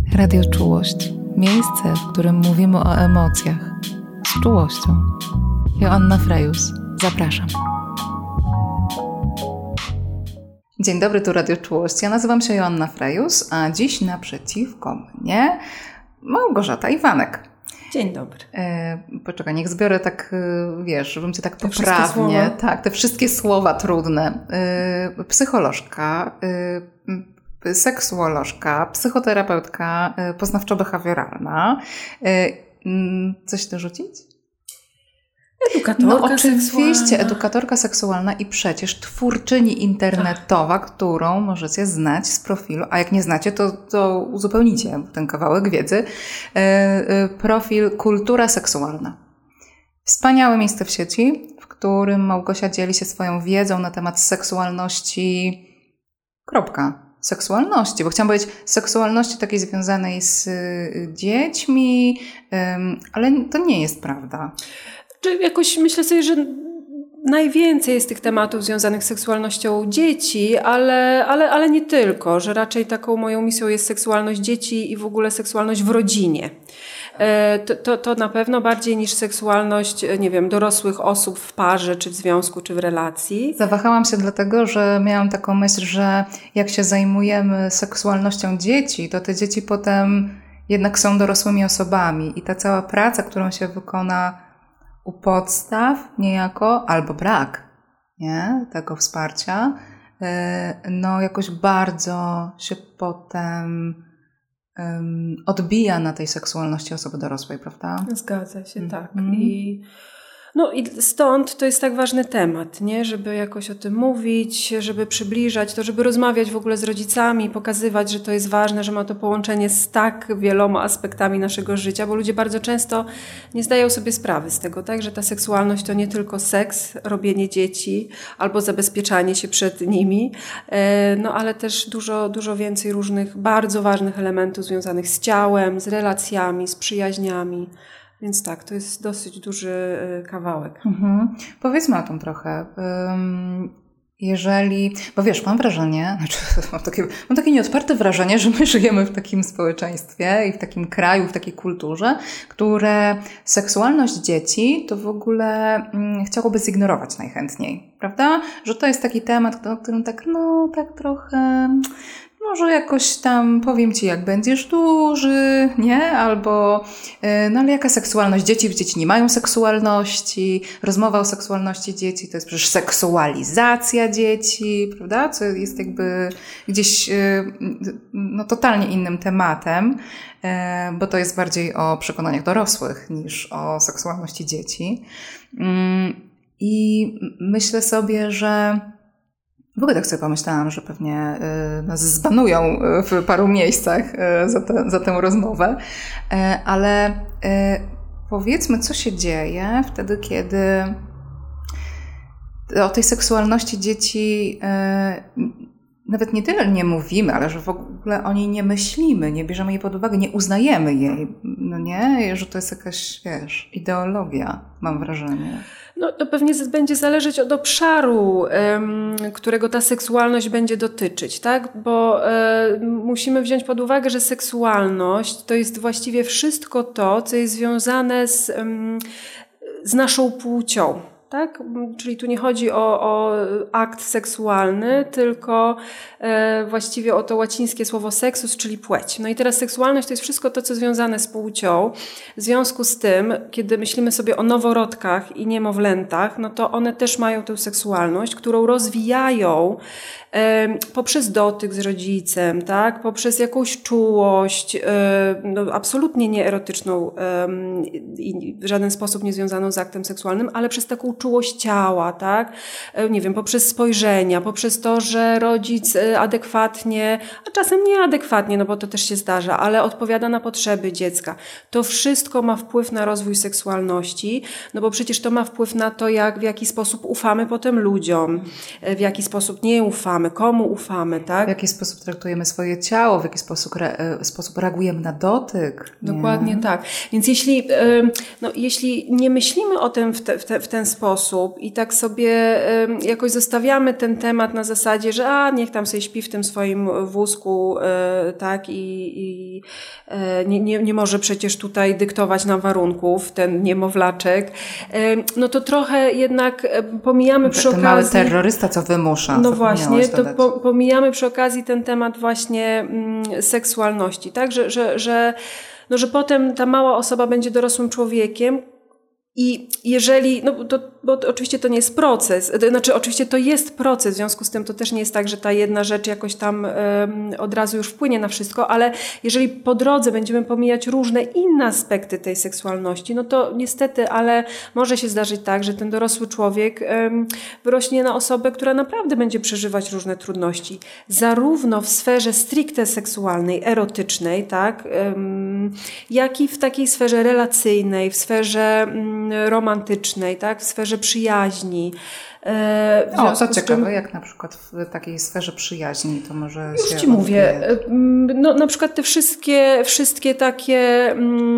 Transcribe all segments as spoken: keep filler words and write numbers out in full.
Radio Czułość. Miejsce, w którym mówimy o emocjach. Z czułością. Joanna Frejus. Zapraszam. Dzień dobry, tu Radio Czułość. Ja nazywam się Joanna Frejus, a dziś naprzeciwko mnie Małgorzata Iwanek. Dzień dobry. E, poczekaj, niech zbiorę tak, wiesz, żebym Cię tak te poprawnie... Tak, te wszystkie słowa trudne. E, psycholożka, e, seksuolożka, psychoterapeutka, e, poznawczo-behawioralna. E, coś dorzucić? Edukatorka No oczywiście, seksualna. edukatorka seksualna i przecież twórczyni internetowa, tak. którą możecie znać z profilu, a jak nie znacie, to, to uzupełnicie ten kawałek wiedzy. Profil Kultura Seksualna. Wspaniałe miejsce w sieci, w którym Małgosia dzieli się swoją wiedzą na temat seksualności, kropka, seksualności, bo chciałam powiedzieć seksualności takiej związanej z dziećmi, ale to nie jest prawda. Czy jakoś myślę sobie, że najwięcej jest tych tematów związanych z seksualnością dzieci, ale, ale, ale nie tylko, że raczej taką moją misją jest seksualność dzieci i w ogóle seksualność w rodzinie. To, to, to na pewno bardziej niż seksualność, nie wiem, dorosłych osób w parze, czy w związku, czy w relacji. Zawahałam się dlatego, że miałam taką myśl, że jak się zajmujemy seksualnością dzieci, to te dzieci potem jednak są dorosłymi osobami i ta cała praca, którą się wykona u podstaw niejako, albo brak, nie, tego wsparcia, no jakoś bardzo się potem um, odbija na tej seksualności osoby dorosłej, prawda? Zgadza się, mm. tak. Mm. I no i stąd to jest tak ważny temat, nie? Żeby jakoś o tym mówić, żeby przybliżać to, żeby rozmawiać w ogóle z rodzicami, pokazywać, że to jest ważne, że ma to połączenie z tak wieloma aspektami naszego życia, bo ludzie bardzo często nie zdają sobie sprawy z tego, tak? Że ta seksualność to nie tylko seks, robienie dzieci albo zabezpieczanie się przed nimi, no ale też dużo, dużo więcej różnych bardzo ważnych elementów związanych z ciałem, z relacjami, z przyjaźniami. Więc tak, to jest dosyć duży kawałek. Mhm. Powiedzmy o tym trochę. Jeżeli, bo wiesz, mam wrażenie, znaczy mam takie, mam takie nieodparte wrażenie, że my żyjemy w takim społeczeństwie i w takim kraju, w takiej kulturze, które seksualność dzieci to w ogóle mm, chciałoby zignorować najchętniej, prawda? Że to jest taki temat, o którym tak, no tak trochę... Może jakoś tam powiem Ci, jak będziesz duży, nie? Albo, no ale jaka seksualność dzieci? Dzieci nie mają seksualności. Rozmowa o seksualności dzieci to jest przecież seksualizacja dzieci, prawda? Co jest jakby gdzieś no, totalnie innym tematem, bo to jest bardziej o przekonaniach dorosłych niż o seksualności dzieci. I myślę sobie, że w ogóle tak sobie pomyślałam, że pewnie y, nas zbanują w paru miejscach y, za, te, za tę rozmowę, y, ale y, powiedzmy, co się dzieje wtedy, kiedy o tej seksualności dzieci y, nawet nie tyle nie mówimy, ale że w ogóle o niej nie myślimy, nie bierzemy jej pod uwagę, nie uznajemy jej, no nie? Że to jest jakaś, wiesz, ideologia, mam wrażenie. No to pewnie będzie zależeć od obszaru, um, którego ta seksualność będzie dotyczyć, tak? Bo um, musimy wziąć pod uwagę, że seksualność to jest właściwie wszystko to, co jest związane z, um, z naszą płcią. Tak? Czyli tu nie chodzi o, o akt seksualny, tylko e, właściwie o to łacińskie słowo sexus, czyli płeć. No i teraz seksualność to jest wszystko to, co związane z płcią. W związku z tym, kiedy myślimy sobie o noworodkach i niemowlętach, no to one też mają tę seksualność, którą rozwijają e, poprzez dotyk z rodzicem, tak? Poprzez jakąś czułość, e, no, absolutnie nieerotyczną e, i w żaden sposób nie związaną z aktem seksualnym, ale przez taką czułość ciała, tak? Nie wiem, poprzez spojrzenia, poprzez to, że rodzic adekwatnie, a czasem nieadekwatnie, no bo to też się zdarza, ale odpowiada na potrzeby dziecka. To wszystko ma wpływ na rozwój seksualności, no bo przecież to ma wpływ na to, jak, w jaki sposób ufamy potem ludziom, w jaki sposób nie ufamy, komu ufamy, tak? W jaki sposób traktujemy swoje ciało, w jaki sposób, re, sposób reagujemy na dotyk. Dokładnie nie? tak. Więc jeśli, no, jeśli nie myślimy o tym w, te, w, te, w ten sposób, sposób i tak sobie y, jakoś zostawiamy ten temat na zasadzie, że a niech tam sobie śpi w tym swoim wózku, y, tak, i, i y, nie, nie, nie może przecież tutaj dyktować nam warunków, ten niemowlaczek, y, no to trochę jednak pomijamy przy okazji... Ten mały terrorysta, co wymusza. No właśnie, to po, pomijamy przy okazji ten temat właśnie mm, seksualności, tak, że, że, że no, że potem ta mała osoba będzie dorosłym człowiekiem i jeżeli, no to, bo to, oczywiście to nie jest proces, znaczy oczywiście to jest proces, w związku z tym to też nie jest tak, że ta jedna rzecz jakoś tam um, od razu już wpłynie na wszystko, ale jeżeli po drodze będziemy pomijać różne inne aspekty tej seksualności, no to niestety, ale może się zdarzyć tak, że ten dorosły człowiek um, wyrośnie na osobę, która naprawdę będzie przeżywać różne trudności, zarówno w sferze stricte seksualnej, erotycznej, tak, um, jak i w takiej sferze relacyjnej, w sferze um, romantycznej, tak, w sferze przyjaźni. E, o, to ciekawe, czym... jak na przykład w takiej sferze przyjaźni, to może Już się Ci mówię, no na przykład te wszystkie, wszystkie takie,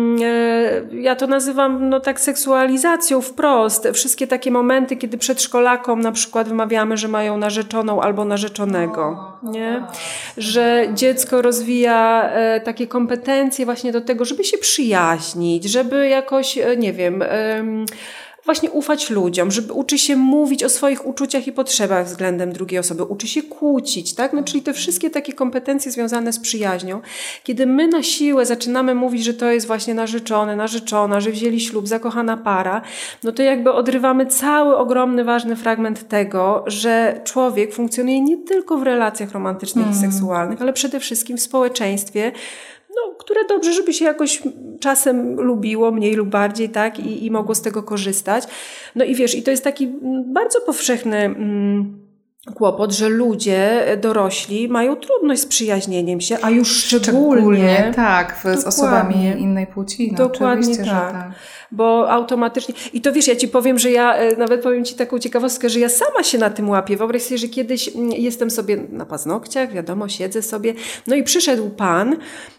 ja to nazywam no tak seksualizacją wprost, wszystkie takie momenty, kiedy przedszkolakom na przykład wymawiamy, że mają narzeczoną albo narzeczonego, nie? Że dziecko rozwija takie kompetencje właśnie do tego, żeby się przyjaźnić, żeby jakoś, nie wiem, właśnie ufać ludziom, żeby uczy się mówić o swoich uczuciach i potrzebach względem drugiej osoby, uczy się kłócić, tak? No, czyli te wszystkie takie kompetencje związane z przyjaźnią. Kiedy my na siłę zaczynamy mówić, że to jest właśnie narzeczony, narzeczona, że wzięli ślub, zakochana para, no to jakby odrywamy cały ogromny, ważny fragment tego, że człowiek funkcjonuje nie tylko w relacjach romantycznych mm. i seksualnych, ale przede wszystkim w społeczeństwie, no, które dobrze, żeby się jakoś czasem lubiło, mniej lub bardziej, tak, i, i mogło z tego korzystać. No i wiesz, i to jest taki bardzo powszechny mm, kłopot, że ludzie dorośli mają trudność z przyjaźnieniem się, a już szczególnie... szczególnie tak, z dokładnie, osobami innej płci. No, dokładnie tak. Że tak. Bo automatycznie... I to wiesz, ja Ci powiem, że ja nawet powiem Ci taką ciekawostkę, że ja sama się na tym łapię. Wyobraź sobie, że kiedyś jestem sobie na paznokciach, wiadomo, siedzę sobie, no i przyszedł pan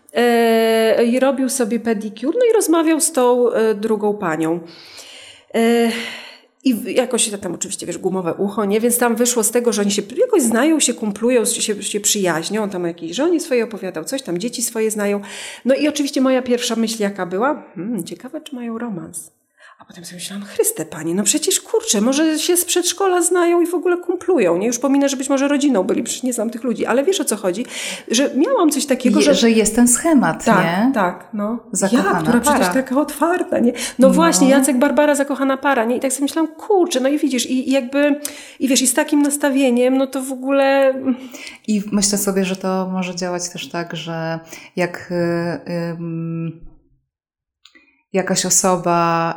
e, i robił sobie pedicure, no i rozmawiał z tą e, drugą panią. E, I jakoś tam oczywiście, wiesz, gumowe ucho, nie? Więc tam wyszło z tego, że oni się jakoś znają, się kumplują, się, się przyjaźnią. On tam o jakiejś żonie swojej opowiadał, coś tam, dzieci swoje znają. No i oczywiście moja pierwsza myśl jaka była? Hmm, ciekawe, czy mają romans. A potem sobie myślałam, Chryste Panie, no przecież kurczę, może się z przedszkola znają i w ogóle kumplują, nie? Już pominę, że być może rodziną byli, przecież nie znam tych ludzi, ale wiesz o co chodzi? Że miałam coś takiego, Je, że... Że jest ten schemat, tak, nie? Tak, no. Zakochana ja, która para. przecież taka otwarta, nie? No, no właśnie, Jacek, Barbara, zakochana para, nie? I tak sobie myślałam, kurczę, no i widzisz, i, i jakby, i wiesz, i z takim nastawieniem, no to w ogóle... I myślę sobie, że to może działać też tak, że jak... Yy, yy, jakaś osoba,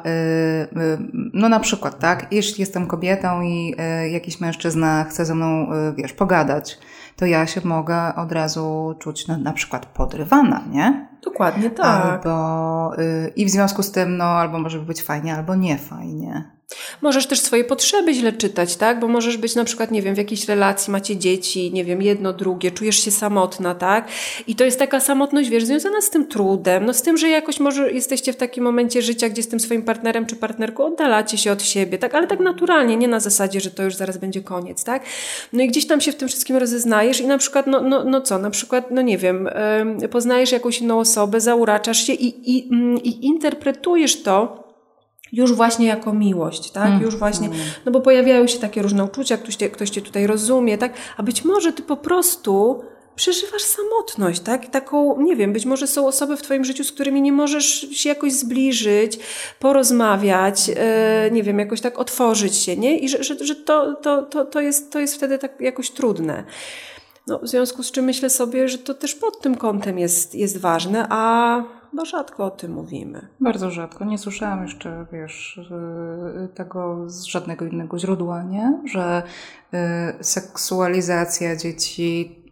no na przykład, tak, jeśli jestem kobietą i jakiś mężczyzna chce ze mną, wiesz, pogadać, to ja się mogę od razu czuć no, na przykład podrywana, nie? Dokładnie tak. Albo i w związku z tym, no albo może być fajnie, albo nie fajnie. Możesz też swoje potrzeby źle czytać, tak? Bo możesz być na przykład, nie wiem, w jakiejś relacji, macie dzieci, nie wiem, jedno, drugie, czujesz się samotna, tak? I to jest taka samotność, wiesz, związana z tym trudem, no z tym, że jakoś może jesteście w takim momencie życia, gdzie z tym swoim partnerem czy partnerką oddalacie się od siebie, tak? Ale tak naturalnie, nie na zasadzie, że to już zaraz będzie koniec, tak? No i gdzieś tam się w tym wszystkim rozeznajesz i na przykład, no, no, no co, na przykład, no nie wiem, yy, poznajesz jakąś inną osobę, zauraczasz się i, i, yy, i interpretujesz to już właśnie jako miłość, tak? Mm. Już właśnie, no bo pojawiają się takie różne uczucia, ktoś cię, ktoś cię tutaj rozumie, tak? A być może ty po prostu przeżywasz samotność, tak? Taką, nie wiem, być może są osoby w twoim życiu, z którymi nie możesz się jakoś zbliżyć, porozmawiać, e, nie wiem, jakoś tak otworzyć się, nie? I że, że, że to, to, to, to, jest, to jest wtedy tak jakoś trudne. No, w związku z czym myślę sobie, że to też pod tym kątem jest, jest ważne, a chyba rzadko o tym mówimy. Bardzo rzadko. Nie słyszałam jeszcze, wiesz, tego z żadnego innego źródła, nie? Że y, seksualizacja dzieci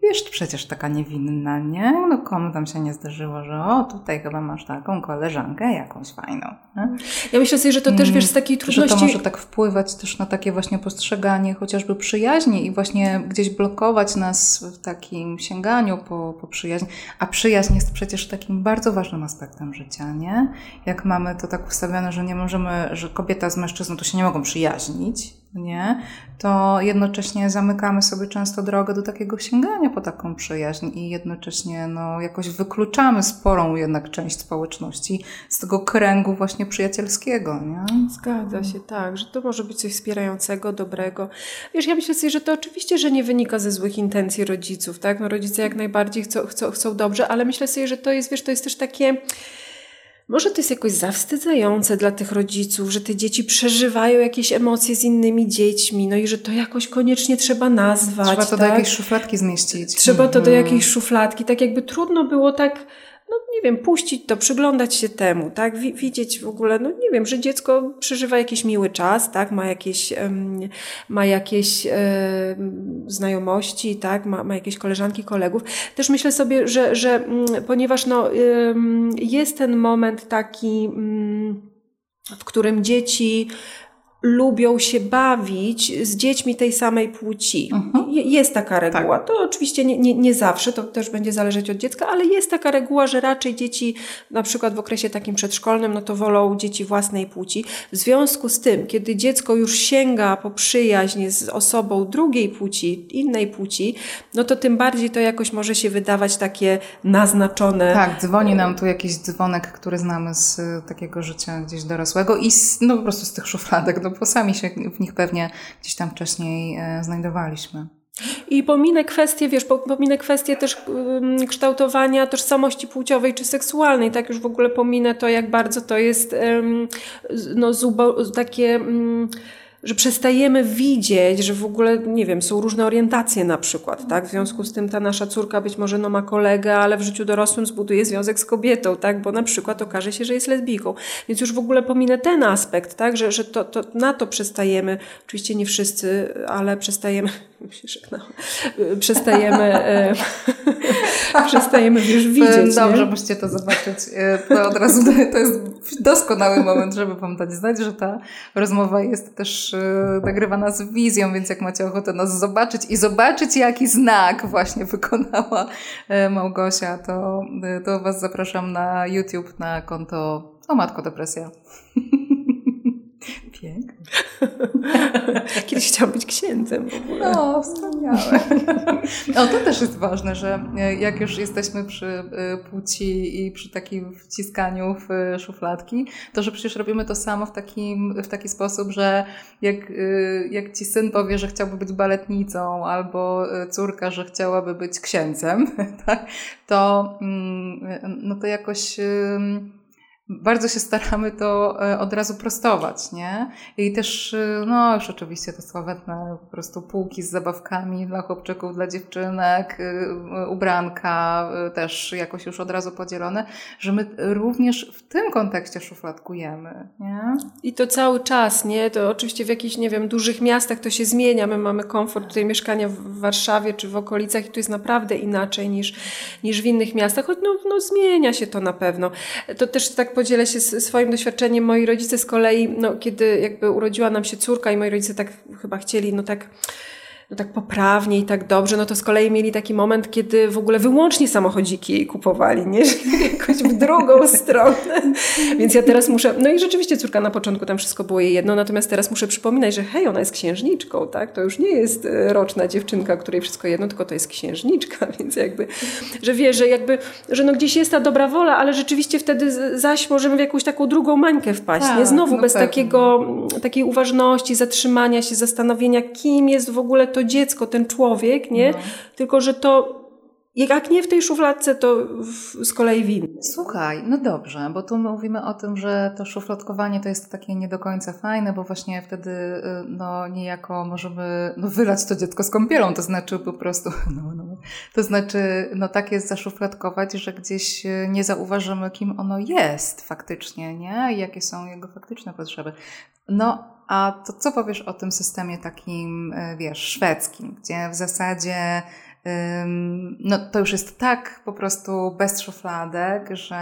wiesz, przecież taka niewinna, nie? No komu tam się nie zdarzyło, że o, tutaj chyba masz taką koleżankę jakąś fajną. Nie? Ja myślę sobie, że to też, wiesz, z takiej trudności... Że to może tak wpływać też na takie właśnie postrzeganie chociażby przyjaźni i właśnie gdzieś blokować nas w takim sięganiu po, po przyjaźń. A przyjaźń jest przecież takim bardzo ważnym aspektem życia, nie? Jak mamy to tak ustawione, że nie możemy, że kobieta z mężczyzną to się nie mogą przyjaźnić, nie? To jednocześnie zamykamy sobie często drogę do takiego sięgania po taką przyjaźń i jednocześnie no, jakoś wykluczamy sporą jednak część społeczności z tego kręgu właśnie przyjacielskiego, nie? Zgadza się, tak, że to może być coś wspierającego, dobrego. Wiesz, ja myślę sobie, że to oczywiście, że nie wynika ze złych intencji rodziców, tak? No rodzice jak najbardziej chcą, chcą, chcą dobrze, ale myślę sobie, że to jest, wiesz, to jest też takie... Może to jest jakoś zawstydzające dla tych rodziców, że te dzieci przeżywają jakieś emocje z innymi dziećmi, no i że to jakoś koniecznie trzeba nazwać. Trzeba to tak? do jakiejś szufladki zmieścić. Trzeba to do jakiejś szufladki. Tak jakby trudno było tak, no nie wiem, puścić to, przyglądać się temu, tak? W- widzieć w ogóle, no nie wiem, że dziecko przeżywa jakiś miły czas, tak? Ma jakieś, um, ma jakieś um, znajomości, tak? Ma, ma jakieś koleżanki, kolegów. Też myślę sobie, że, że um, ponieważ no, um, jest ten moment taki, um, w którym dzieci lubią się bawić z dziećmi tej samej płci. Mhm. Jest taka reguła. Tak. To oczywiście nie, nie, nie zawsze, to też będzie zależeć od dziecka, ale jest taka reguła, że raczej dzieci na przykład w okresie takim przedszkolnym, no to wolą dzieci własnej płci. W związku z tym, kiedy dziecko już sięga po przyjaźń z osobą drugiej płci, innej płci, no to tym bardziej to jakoś może się wydawać takie naznaczone. Tak, dzwoni nam tu jakiś dzwonek, który znamy z takiego życia gdzieś dorosłego i z, no po prostu z tych szufladek, no bo sami się w nich pewnie gdzieś tam wcześniej e, znajdowaliśmy. I pominę kwestię, wiesz, pominę kwestię też um, kształtowania tożsamości płciowej czy seksualnej, tak już w ogóle pominę to, jak bardzo to jest um, no, zubo- takie... Um, że przestajemy widzieć, że w ogóle, nie wiem, są różne orientacje na przykład, tak? W związku z tym ta nasza córka być może no ma kolegę, ale w życiu dorosłym zbuduje związek z kobietą, tak? Bo na przykład okaże się, że jest lesbijką. Więc już w ogóle pominę ten aspekt, tak? Że, że to, to, na to przestajemy, oczywiście nie wszyscy, ale przestajemy, się żegnałam, przestajemy, e, przestajemy już widzieć. Dobrze, musicie to zobaczyć. To od razu to jest doskonały moment, żeby wam dać znać, że ta rozmowa jest też nagrywana z wizją, więc jak macie ochotę nas zobaczyć i zobaczyć, jaki znak właśnie wykonała Małgosia, to, to was zapraszam na YouTube, na konto O Matko Depresja. Pięknie. Kiedyś chciałam być księdzem w ogóle. No, wspaniałe. No, to też jest ważne, że jak już jesteśmy przy płci i przy takim wciskaniu w szufladki, to że przecież robimy to samo w, takim, w taki sposób, że jak, jak ci syn powie, że chciałby być baletnicą, albo córka, że chciałaby być księdzem, tak, to, no to jakoś... bardzo się staramy to od razu prostować, nie? I też, no już oczywiście te sławetne po prostu półki z zabawkami dla chłopczyków, dla dziewczynek, ubranka też jakoś już od razu podzielone, że my również w tym kontekście szufladkujemy, nie? I to cały czas, nie? To oczywiście w jakichś, nie wiem, dużych miastach to się zmienia. My mamy komfort tutaj mieszkania w Warszawie czy w okolicach i tu jest naprawdę inaczej niż, niż w innych miastach, choć no, no zmienia się to na pewno. To też tak podzielę się swoim doświadczeniem. Moi rodzice z kolei, no kiedy jakby urodziła nam się córka i moi rodzice tak chyba chcieli, no tak no tak poprawnie i tak dobrze, no to z kolei mieli taki moment, kiedy w ogóle wyłącznie samochodziki jej kupowali, nie? Że jakoś w drugą stronę. Więc ja teraz muszę, no i rzeczywiście córka na początku tam wszystko było jej jedno, natomiast teraz muszę przypominać, że hej, ona jest księżniczką, tak? To już nie jest roczna dziewczynka, której wszystko jedno, tylko to jest księżniczka, więc jakby, że wie, że jakby, że no gdzieś jest ta dobra wola, ale rzeczywiście wtedy zaś możemy w jakąś taką drugą mańkę wpaść, tak, nie? Znowu no bez pewnie. takiego, takiej uważności, zatrzymania się, zastanowienia, kim jest w ogóle to dziecko, ten człowiek, nie? No. Tylko, że to jak nie w tej szufladce, to w, z kolei w innej. Słuchaj, no dobrze, bo tu mówimy o tym, że to szufladkowanie to jest takie nie do końca fajne, bo właśnie wtedy no niejako możemy no, wylać to dziecko z kąpielą, to znaczy po prostu, no, no, to znaczy no tak jest zaszufladkować, że gdzieś nie zauważymy, kim ono jest faktycznie, nie? I jakie są jego faktyczne potrzeby. No, a to co powiesz o tym systemie takim, wiesz, szwedzkim, gdzie w zasadzie no to już jest tak po prostu bez szufladek, że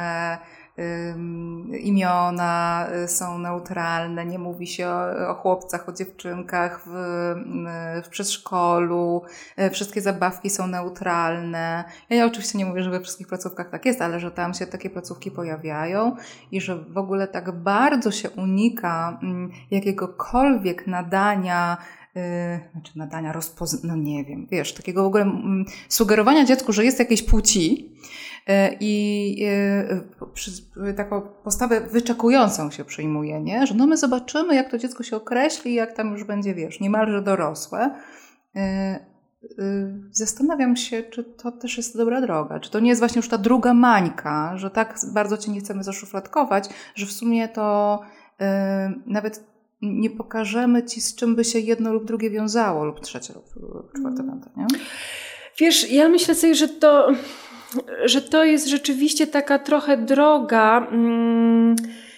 imiona są neutralne, nie mówi się o, o chłopcach, o dziewczynkach w, w przedszkolu, wszystkie zabawki są neutralne. Ja oczywiście nie mówię, że we wszystkich placówkach tak jest, ale że tam się takie placówki pojawiają i że w ogóle tak bardzo się unika jakiegokolwiek nadania Yy, znaczy nadania, rozpoznania, no nie wiem, wiesz, takiego w ogóle mm, sugerowania dziecku, że jest jakiejś płci yy, i yy, przy, taką postawę wyczekującą się przyjmuje, nie? Że no my zobaczymy, jak to dziecko się określi, jak tam już będzie, wiesz, niemalże dorosłe. Yy, yy, zastanawiam się, czy to też jest dobra droga, czy to nie jest właśnie już ta druga mańka, że tak bardzo cię nie chcemy zaszufladkować, że w sumie to yy, nawet nie pokażemy ci, z czym by się jedno lub drugie wiązało, lub trzecie, lub, lub czwarte, piąte, nie? Wiesz, ja myślę sobie, że to, że to jest rzeczywiście taka trochę droga, mm,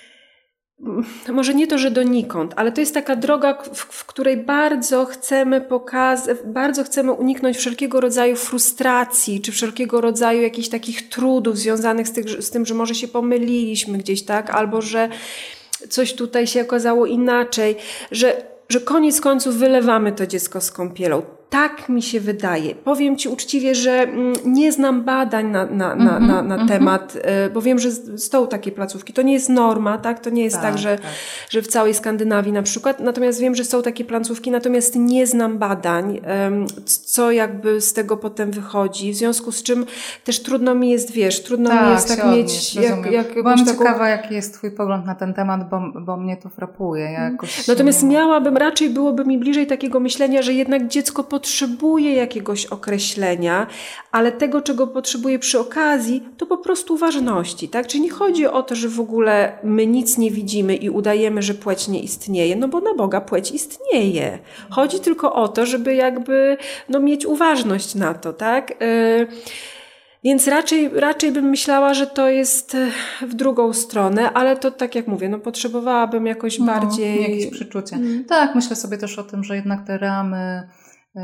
może nie to, że donikąd, ale to jest taka droga, w, w której bardzo chcemy pokazać, bardzo chcemy uniknąć wszelkiego rodzaju frustracji, czy wszelkiego rodzaju jakichś takich trudów związanych z, tych, z tym, że może się pomyliliśmy gdzieś, tak, albo że coś tutaj się okazało inaczej, że, że koniec końców wylewamy to dziecko z kąpielą. Tak mi się wydaje. Powiem ci uczciwie, że nie znam badań na, na, na, mm-hmm, na, na mm-hmm. temat, bo wiem, że są takie placówki. To nie jest norma, tak? To nie jest tak, tak, że, tak, że w całej Skandynawii na przykład. Natomiast wiem, że są takie placówki, natomiast nie znam badań, co jakby z tego potem wychodzi. W związku z czym też trudno mi jest, wiesz, trudno tak, mi jest tak mieć... Jak, jak Byłam taką... ciekawa, jaki jest twój pogląd na ten temat, bo, bo mnie to frapuje. Jakoś natomiast nie... miałabym, raczej byłoby mi bliżej takiego myślenia, że jednak dziecko potrzebuje jakiegoś określenia, ale tego, czego potrzebuje przy okazji, to po prostu ważności, tak? Czyli nie chodzi o to, że w ogóle my nic nie widzimy i udajemy, że płeć nie istnieje, no bo na Boga płeć istnieje. Chodzi tylko o to, żeby jakby no, mieć uważność na to, tak? Yy, Więc raczej, raczej bym myślała, że to jest w drugą stronę, ale to tak jak mówię, no potrzebowałabym jakoś no, bardziej... jakieś przeczucie. Mm. Tak, myślę sobie też o tym, że jednak te ramy... Yy,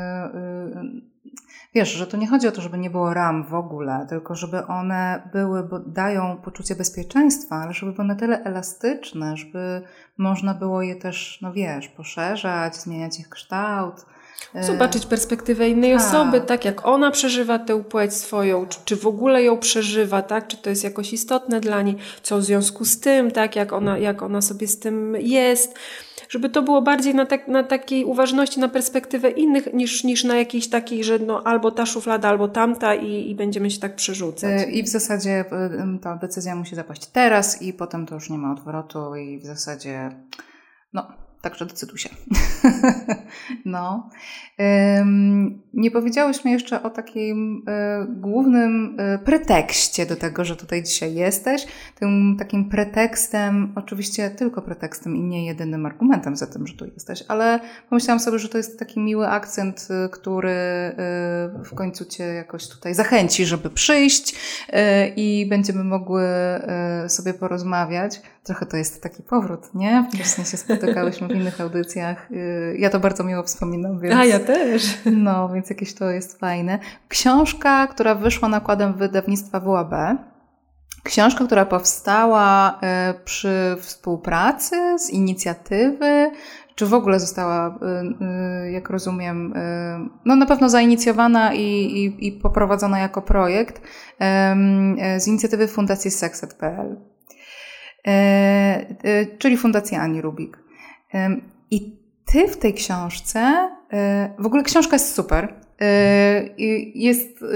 yy, wiesz, że to nie chodzi o to, żeby nie było ram w ogóle, tylko żeby one były, bo dają poczucie bezpieczeństwa, ale żeby były na tyle elastyczne, żeby można było je też, no wiesz, poszerzać, zmieniać ich kształt. Zobaczyć perspektywę innej tak. osoby, tak jak ona przeżywa tę płeć swoją, czy, czy w ogóle ją przeżywa, tak, czy to jest jakoś istotne dla niej, co w związku z tym, tak, jak ona, jak ona sobie z tym jest, żeby to było bardziej na, tak, na takiej uważności, na perspektywę innych, niż, niż na jakiejś takiej, że no albo ta szuflada, albo tamta i, i będziemy się tak przerzucać. I w zasadzie ta decyzja musi zapaść teraz i potem to już nie ma odwrotu i w zasadzie, no... Także decyduj się. No. Um, nie powiedziałyśmy jeszcze o takim y, głównym y, pretekście do tego, że tutaj dzisiaj jesteś. Tym takim pretekstem, oczywiście tylko pretekstem i nie jedynym argumentem za tym, że tu jesteś, ale pomyślałam sobie, że to jest taki miły akcent, y, który y, w końcu cię jakoś tutaj zachęci, żeby przyjść y, i będziemy mogły y, sobie porozmawiać. Trochę to jest taki powrót, nie? Wcześniej się spotykałyśmy w innych audycjach. Ja to bardzo miło wspominam, więc... A ja też. No, więc jakieś to jest fajne. Książka, która wyszła nakładem wydawnictwa W A B. Książka, która powstała przy współpracy, z inicjatywy, czy w ogóle została, jak rozumiem, no na pewno zainicjowana i, i, i poprowadzona jako projekt z inicjatywy Fundacji Sekset kropka pe el. E, e, czyli Fundacja Ani Rubik. E, I ty w tej książce, e, w ogóle książka jest super. E, jest e,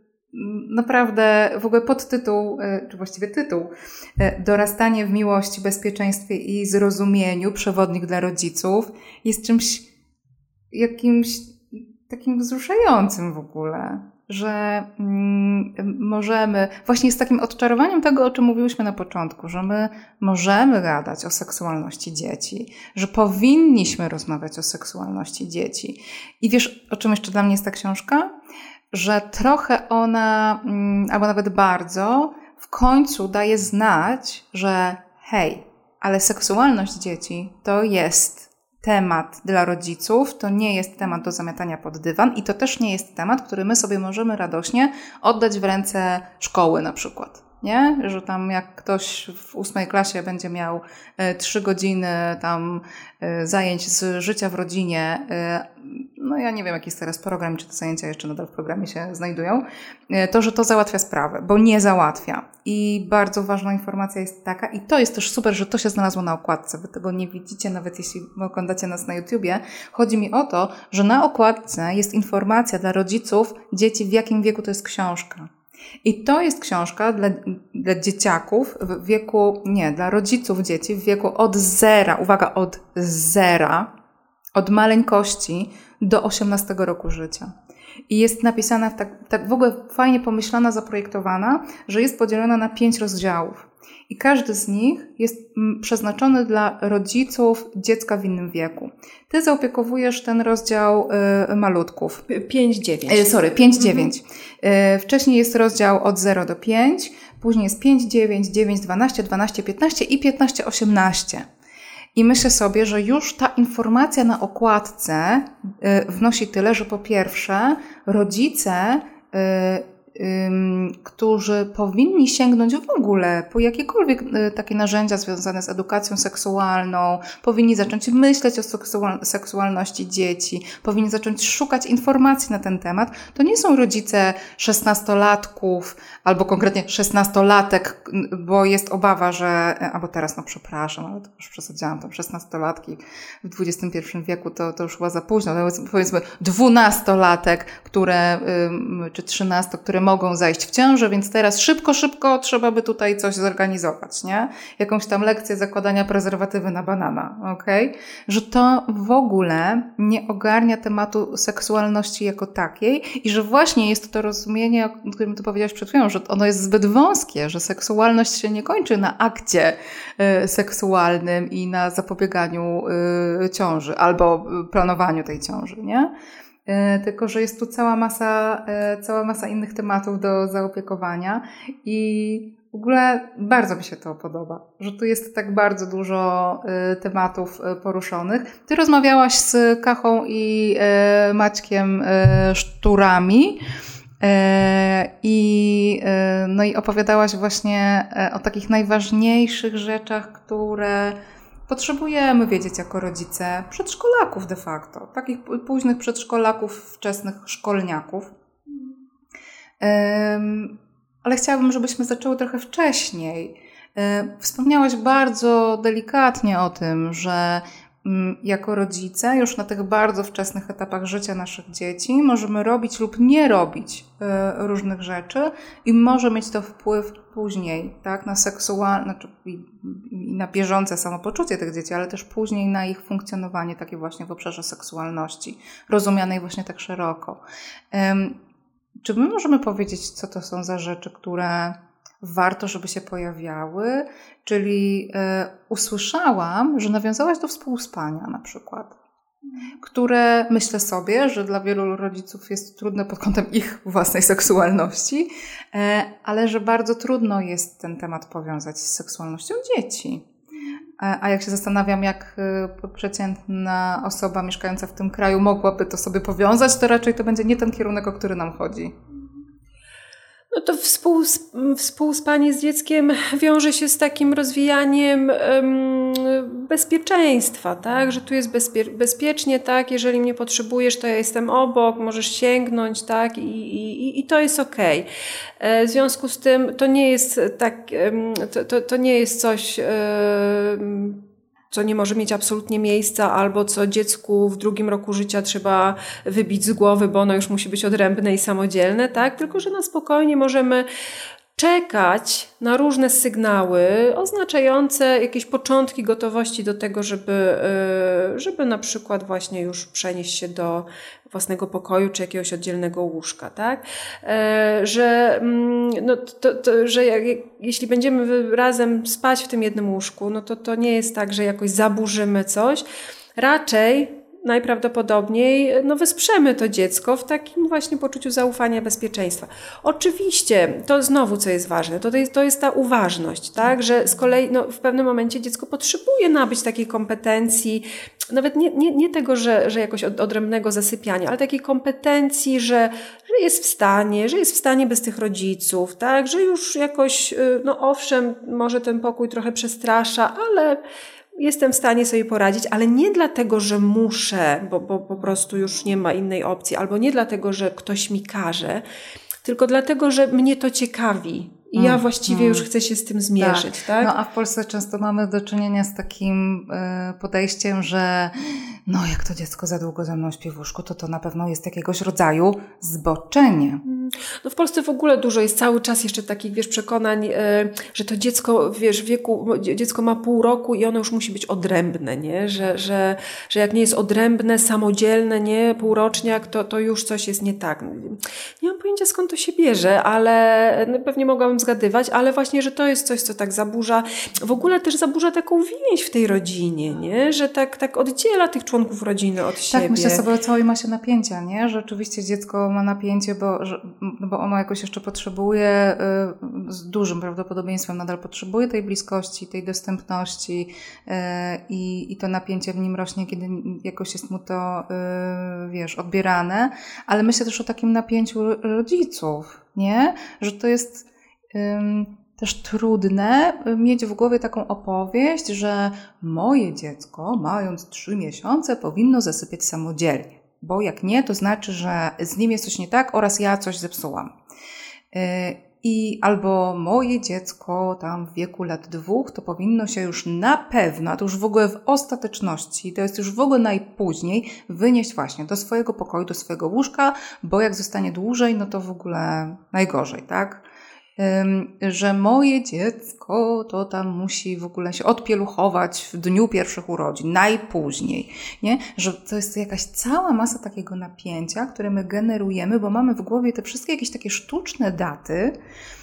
naprawdę w ogóle podtytuł, e, czy właściwie tytuł, e, Dorastanie w miłości, bezpieczeństwie i zrozumieniu, przewodnik dla rodziców, jest czymś jakimś takim wzruszającym w ogóle. Że mm, możemy, właśnie z takim odczarowaniem tego, o czym mówiłyśmy na początku, że my możemy gadać o seksualności dzieci, że powinniśmy rozmawiać o seksualności dzieci. I wiesz, o czym jeszcze dla mnie jest ta książka? Że trochę ona, mm, albo nawet bardzo, w końcu daje znać, że hej, ale seksualność dzieci to jest temat dla rodziców, to nie jest temat do zamiatania pod dywan i to też nie jest temat, który my sobie możemy radośnie oddać w ręce szkoły na przykład. Nie? Że tam jak ktoś w ósmej klasie będzie miał e, trzy godziny tam e, zajęć z życia w rodzinie, e, no ja nie wiem jaki jest teraz program, czy te zajęcia jeszcze nadal w programie się znajdują, e, to że to załatwia sprawę, bo nie załatwia. I bardzo ważna informacja jest taka, i to jest też super, że to się znalazło na okładce, wy tego nie widzicie, nawet jeśli oglądacie nas na YouTubie. Chodzi mi o to, że na okładce jest informacja dla rodziców dzieci, w jakim wieku to jest książka. I to jest książka dla, dla dzieciaków w wieku, nie, dla rodziców dzieci w wieku od zera, uwaga, od zera, od maleńkości do osiemnastego roku życia. I jest napisana, tak, tak w ogóle fajnie pomyślana, zaprojektowana, że jest podzielona na pięć rozdziałów. I każdy z nich jest przeznaczony dla rodziców dziecka w innym wieku. Ty zaopiekowujesz ten rozdział y, malutków. pięć dziewięć. Y, sorry, pięć dziewięć. Mhm. Y, wcześniej jest rozdział od zera do pięciu, później jest pięć dziewięć, dziewięć dwanaście, dwanaście piętnaście i piętnaście osiemnaście. I myślę sobie, że już ta informacja na okładce y, wnosi tyle, że po pierwsze rodzice y, którzy powinni sięgnąć w ogóle po jakiekolwiek takie narzędzia związane z edukacją seksualną, powinni zacząć myśleć o seksual- seksualności dzieci, powinni zacząć szukać informacji na ten temat. To nie są rodzice szesnastolatków albo konkretnie szesnastolatek, bo jest obawa, że, albo teraz, no przepraszam, ale to już przesadziłam, tam szesnastolatki w dwudziestym pierwszym wieku to, to już chyba za późno, to powiedzmy dwunastolatek, które, czy trzynasto, które mogą zajść w ciążę, więc teraz szybko, szybko trzeba by tutaj coś zorganizować, nie? Jakąś tam lekcję zakładania prezerwatywy na banana, okej? Okay? Że to w ogóle nie ogarnia tematu seksualności jako takiej i że właśnie jest to rozumienie, o którym ty powiedziałaś przed chwilą, że ono jest zbyt wąskie, że seksualność się nie kończy na akcie y, seksualnym i na zapobieganiu y, ciąży albo planowaniu tej ciąży, nie? Tylko że jest tu cała masa, cała masa innych tematów do zaopiekowania i w ogóle bardzo mi się to podoba, że tu jest tak bardzo dużo tematów poruszonych. Ty rozmawiałaś z Kachą i Maćkiem Szturami i, no i opowiadałaś właśnie o takich najważniejszych rzeczach, które potrzebujemy wiedzieć jako rodzice przedszkolaków de facto, takich późnych przedszkolaków, wczesnych szkolniaków. Um, ale chciałabym, żebyśmy zaczęły trochę wcześniej. Um, wspomniałaś bardzo delikatnie o tym, że um, jako rodzice już na tych bardzo wczesnych etapach życia naszych dzieci możemy robić lub nie robić um, różnych rzeczy i może mieć to wpływ później, tak, na seksualne, znaczy i, i na bieżące samopoczucie tych dzieci, ale też później na ich funkcjonowanie takie właśnie w obszarze seksualności, rozumianej właśnie tak szeroko. Um, czy my możemy powiedzieć, co to są za rzeczy, które warto, żeby się pojawiały? Czyli y, usłyszałam, że nawiązałaś do współspania na przykład, które myślę sobie, że dla wielu rodziców jest trudne pod kątem ich własnej seksualności, ale że bardzo trudno jest ten temat powiązać z seksualnością dzieci. A jak się zastanawiam, jak przeciętna osoba mieszkająca w tym kraju mogłaby to sobie powiązać, to raczej to będzie nie ten kierunek, o który nam chodzi. No to współ, współspanie z dzieckiem wiąże się z takim rozwijaniem um, bezpieczeństwa, tak? Że tu jest bezpie- bezpiecznie, tak? Jeżeli mnie potrzebujesz, to ja jestem obok, możesz sięgnąć, tak? I, i, i to jest okej. Okay. W związku z tym to nie jest tak, to, to, to nie jest coś, um, co nie może mieć absolutnie miejsca, albo co dziecku w drugim roku życia trzeba wybić z głowy, bo ono już musi być odrębne i samodzielne, tak? Tylko że na spokojnie możemy czekać na różne sygnały oznaczające jakieś początki gotowości do tego, żeby, żeby na przykład właśnie już przenieść się do własnego pokoju czy jakiegoś oddzielnego łóżka, tak? Że, no to, to, że jak, jeśli będziemy razem spać w tym jednym łóżku, no to to nie jest tak, że jakoś zaburzymy coś. Raczej najprawdopodobniej no, wesprzemy to dziecko w takim właśnie poczuciu zaufania, bezpieczeństwa. Oczywiście, to znowu co jest ważne, to jest, to jest ta uważność, tak, że z kolei no, w pewnym momencie dziecko potrzebuje nabyć takiej kompetencji, nawet nie, nie, nie tego, że, że jakoś od, odrębnego zasypiania, ale takiej kompetencji, że, że jest w stanie, że jest w stanie bez tych rodziców, tak, że już jakoś, no owszem, może ten pokój trochę przestrasza, ale jestem w stanie sobie poradzić, ale nie dlatego, że muszę, bo, bo po prostu już nie ma innej opcji, albo nie dlatego, że ktoś mi każe, tylko dlatego, że mnie to ciekawi. I ja właściwie już chcę się z tym zmierzyć, tak. tak? No a w Polsce często mamy do czynienia z takim y, podejściem, że no jak to dziecko za długo ze mną śpi w łóżku, to to na pewno jest jakiegoś rodzaju zboczenie. No w Polsce w ogóle dużo jest cały czas jeszcze takich, wiesz, przekonań, y, że to dziecko, wiesz, w wieku, dziecko ma pół roku i ono już musi być odrębne, nie? Że, że, że jak nie jest odrębne, samodzielne, nie? Półroczniak, to, to już coś jest nie tak. Nie mam pojęcia, skąd to się bierze, ale no, pewnie mogłabym zgadywać, ale właśnie, że to jest coś, co tak zaburza, w ogóle też zaburza taką więź w tej rodzinie, nie? Że tak, tak oddziela tych członków rodziny od siebie. Tak, myślę sobie o całej masie napięcia, nie? Że oczywiście dziecko ma napięcie, bo, że, bo ono jakoś jeszcze potrzebuje, y, z dużym prawdopodobieństwem nadal potrzebuje tej bliskości, tej dostępności y, i, i to napięcie w nim rośnie, kiedy jakoś jest mu to, y, wiesz, odbierane, ale myślę też o takim napięciu rodziców, nie? Że to jest też trudne mieć w głowie taką opowieść, że moje dziecko, mając trzy miesiące, powinno zasypiać samodzielnie, bo jak nie, to znaczy, że z nim jest coś nie tak oraz ja coś zepsułam. I albo moje dziecko tam w wieku lat dwóch to powinno się już na pewno, a to już w ogóle w ostateczności, to jest już w ogóle najpóźniej, wynieść właśnie do swojego pokoju, do swojego łóżka, bo jak zostanie dłużej, no to w ogóle najgorzej, tak? Że moje dziecko to tam musi w ogóle się odpieluchować w dniu pierwszych urodzin, najpóźniej, nie? Że to jest jakaś cała masa takiego napięcia, które my generujemy, bo mamy w głowie te wszystkie jakieś takie sztuczne daty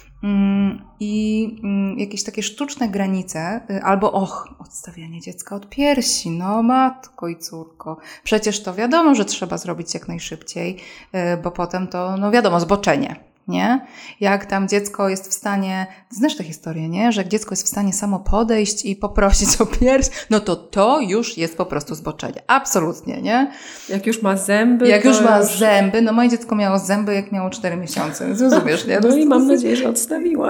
i jakieś takie sztuczne granice, albo och, odstawianie dziecka od piersi, no matko i córko, przecież to wiadomo, że trzeba zrobić jak najszybciej, bo potem to, no wiadomo, zboczenie. Nie? Jak tam dziecko jest w stanie, znasz tę historię, nie? Że jak dziecko jest w stanie samo podejść i poprosić o pierś, no to to już jest po prostu zboczenie. Absolutnie, nie? Jak już ma zęby. Jak już ma już... zęby, no moje dziecko miało zęby, jak miało cztery miesiące. Zrozumiesz, nie? No i mam nadzieję, że odstawiłaś.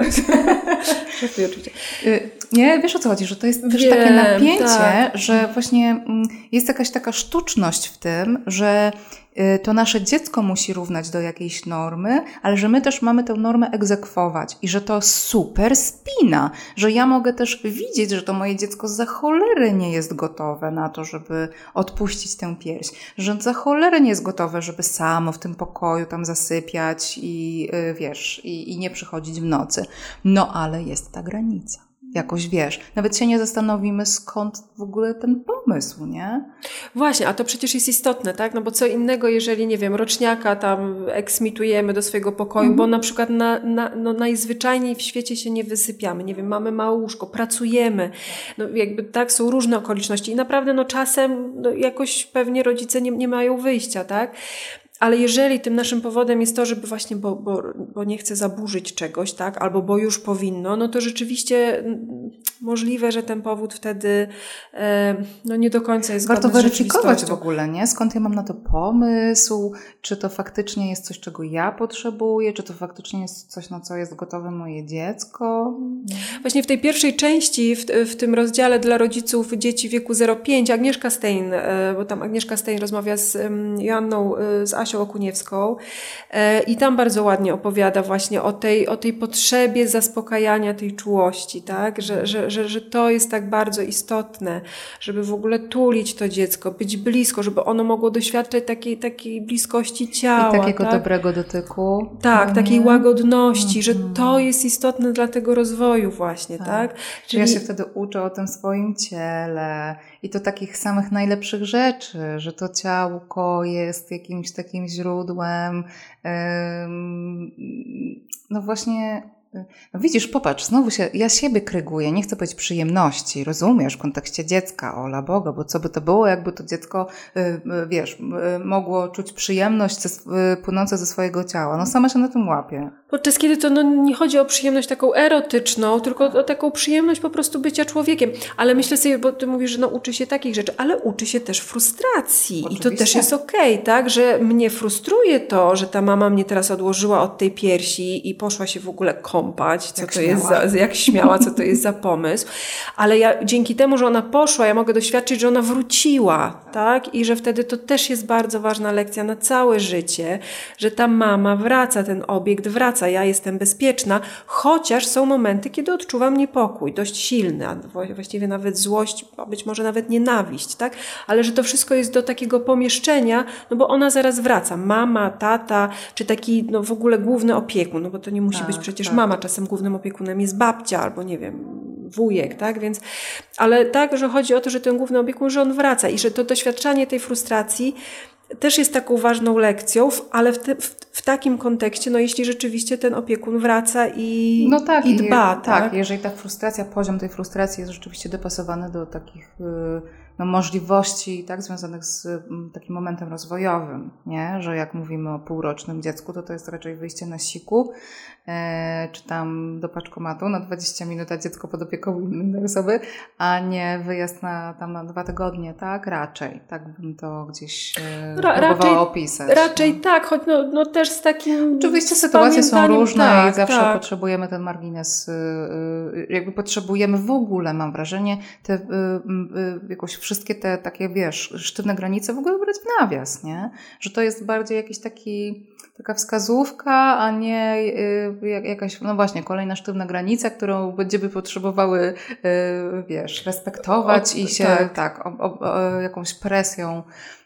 oczywiście. Nie, wiesz o co chodzi, że to jest też Wiem, takie napięcie, tak. że właśnie jest jakaś taka sztuczność w tym, że to nasze dziecko musi równać do jakiejś normy, ale że my też mamy tę normę egzekwować i że to super spina, że ja mogę też widzieć, że to moje dziecko za cholerę nie jest gotowe na to, żeby odpuścić tę pierś, że za cholerę nie jest gotowe, żeby samo w tym pokoju tam zasypiać i wiesz, i, i nie przychodzić w nocy. No ale jest ta granica. Jakoś wiesz, nawet się nie zastanowimy, skąd w ogóle ten pomysł, nie? Właśnie, a to przecież jest istotne, tak? No bo co innego, jeżeli, nie wiem, roczniaka tam eksmitujemy do swojego pokoju, mm. bo na przykład na, na, no najzwyczajniej w świecie się nie wysypiamy, nie wiem, mamy małe łóżko, pracujemy, no jakby tak, są różne okoliczności i naprawdę no czasem no, jakoś pewnie rodzice nie, nie mają wyjścia, tak? Ale jeżeli tym naszym powodem jest to, żeby właśnie, bo, bo, bo nie chcę zaburzyć czegoś, tak, albo bo już powinno, no to rzeczywiście możliwe, że ten powód wtedy e, no nie do końca jest zgodny z rzeczywistością. Warto weryfikować w ogóle, nie? Skąd ja mam na to pomysł? Czy to faktycznie jest coś, czego ja potrzebuję? Czy to faktycznie jest coś, na co jest gotowe moje dziecko? Właśnie w tej pierwszej części, w, w tym rozdziale dla rodziców dzieci wieku zero pięć, Agnieszka Stein, e, bo tam Agnieszka Stein rozmawia z um, Joanną, e, z Asią Okuniewską e, i tam bardzo ładnie opowiada właśnie o tej, o tej potrzebie zaspokajania tej czułości, tak? Że, że, że, że to jest tak bardzo istotne, żeby w ogóle tulić to dziecko, być blisko, żeby ono mogło doświadczać takiej, takiej bliskości ciała. I takiego tak? dobrego dotyku. Tak, takiej łagodności, mm-hmm. że to jest istotne dla tego rozwoju właśnie, tak? tak? Czyli ja się wtedy uczę o tym swoim ciele i to takich samych najlepszych rzeczy, że to ciałko jest jakimś takim źródłem, ym, no właśnie No widzisz, popatrz, znowu się, ja siebie kryguję, nie chcę powiedzieć przyjemności, rozumiesz, w kontekście dziecka, ola Boga, bo co by to było, jakby to dziecko, wiesz, mogło czuć przyjemność płynącą ze swojego ciała. No sama się na tym łapię. Podczas kiedy to no, nie chodzi o przyjemność taką erotyczną, tylko o taką przyjemność po prostu bycia człowiekiem. Ale myślę sobie, bo ty mówisz, że no, uczy się takich rzeczy, ale uczy się też frustracji. Oczywiście. I to też jest okej, okay, tak? Że mnie frustruje to, że ta mama mnie teraz odłożyła od tej piersi i poszła się w ogóle kąpać, co jak to śmiała. jest za, jak śmiała, co to jest za pomysł. Ale ja dzięki temu, że ona poszła, ja mogę doświadczyć, że ona wróciła, tak? I że wtedy to też jest bardzo ważna lekcja na całe życie, że ta mama wraca, ten obiekt wraca. Ja jestem bezpieczna, chociaż są momenty, kiedy odczuwam niepokój, dość silny, a właściwie nawet złość, a być może nawet nienawiść, tak? Ale że to wszystko jest do takiego pomieszczenia, no bo ona zaraz wraca. Mama, tata, czy taki no w ogóle główny opiekun, no bo to nie musi tak, być przecież tak. mama, czasem głównym opiekunem jest babcia albo nie wiem, wujek, tak? Więc, ale tak, że chodzi o to, że ten główny opiekun, że on wraca i że to doświadczanie tej frustracji też jest taką ważną lekcją, ale w, te, w, w takim kontekście, no jeśli rzeczywiście ten opiekun wraca i, no tak, i dba. I, tak, tak, jeżeli ta frustracja, poziom tej frustracji jest rzeczywiście dopasowany do takich no, możliwości tak, związanych z takim momentem rozwojowym, nie? Że jak mówimy o półrocznym dziecku, to to jest raczej wyjście na siku, e, czy tam do paczkomatu na dwadzieścia minut, a dziecko pod opieką innej osoby, a nie wyjazd na, tam na dwa tygodnie, tak? Raczej, tak bym to gdzieś e, Ra- próbowała raczej, opisać. Raczej no. tak, choć no, no też z takim Oczywiście sytuacje są różne tak, i zawsze tak. potrzebujemy ten margines, jakby potrzebujemy w ogóle, mam wrażenie, te jakoś wszystkie te takie, wiesz, sztywne granice w ogóle brać w nawias, nie? Że to jest bardziej jakiś taki, taka wskazówka, a nie jakaś, no właśnie, kolejna sztywna granica, którą będziemy potrzebowały, wiesz, respektować o, i się tak, tak o, o, o, jakąś presją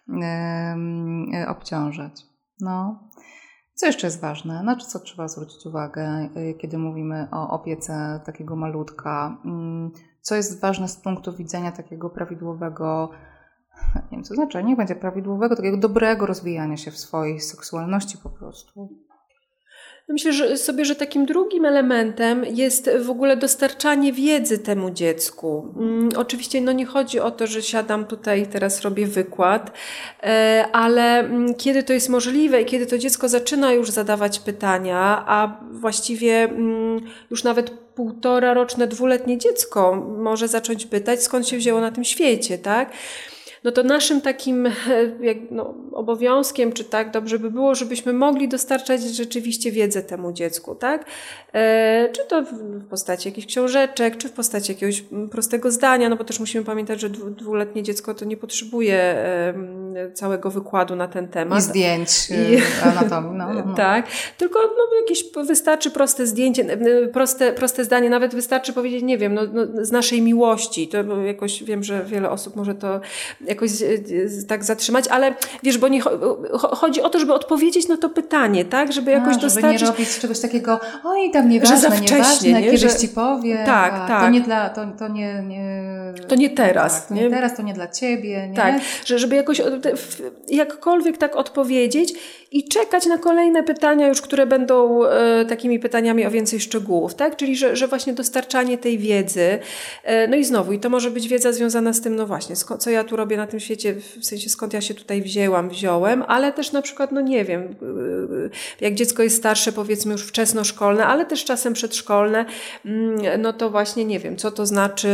um, obciążać. No. Co jeszcze jest ważne? Na co trzeba zwrócić uwagę, kiedy mówimy o opiece takiego malutka? Co jest ważne z punktu widzenia takiego prawidłowego, nie wiem co znaczy, nie będzie prawidłowego, takiego dobrego rozwijania się w swojej seksualności po prostu? Myślę że sobie, że takim drugim elementem jest w ogóle dostarczanie wiedzy temu dziecku. Hmm, oczywiście no nie chodzi o to, że siadam tutaj i teraz robię wykład, e, ale kiedy to jest możliwe i kiedy to dziecko zaczyna już zadawać pytania, a właściwie hmm, już nawet półtora roczne, dwuletnie dziecko może zacząć pytać, skąd się wzięło na tym świecie, tak? No to naszym takim jak, no, obowiązkiem, czy tak, dobrze by było, żebyśmy mogli dostarczać rzeczywiście wiedzę temu dziecku, tak? E, czy to w postaci jakichś książeczek, czy w postaci jakiegoś prostego zdania, no bo też musimy pamiętać, że dwuletnie dziecko to nie potrzebuje e, całego wykładu na ten temat. I zdjęć I, anatomii. No, no, no. Tak, tylko no, jakieś wystarczy proste zdjęcie, proste, proste zdanie, nawet wystarczy powiedzieć, nie wiem, no, no, z naszej miłości. To jakoś wiem, że wiele osób może to jakoś tak zatrzymać, ale wiesz, bo nie chodzi o to, żeby odpowiedzieć na to pytanie, tak? Żeby jakoś A, żeby dostarczyć... nie robić czegoś takiego, oj tam nieważne, że za wcześnie, nieważne, nie? kiedyś że... ci powie. Tak, a, tak. To nie dla, to, to nie, nie... To nie teraz. Tak, to nie? nie teraz, to nie dla ciebie, nie? Tak, że żeby jakoś jakkolwiek tak odpowiedzieć i czekać na kolejne pytania już, które będą e, takimi pytaniami o więcej szczegółów, tak? Czyli, że, że właśnie dostarczanie tej wiedzy, e, no i znowu, i to może być wiedza związana z tym, no właśnie, sko- co ja tu robię na tym świecie, w sensie skąd ja się tutaj wzięłam, wziąłem, ale też na przykład, no nie wiem, jak dziecko jest starsze, powiedzmy już wczesnoszkolne, ale też czasem przedszkolne, no to właśnie nie wiem, co to znaczy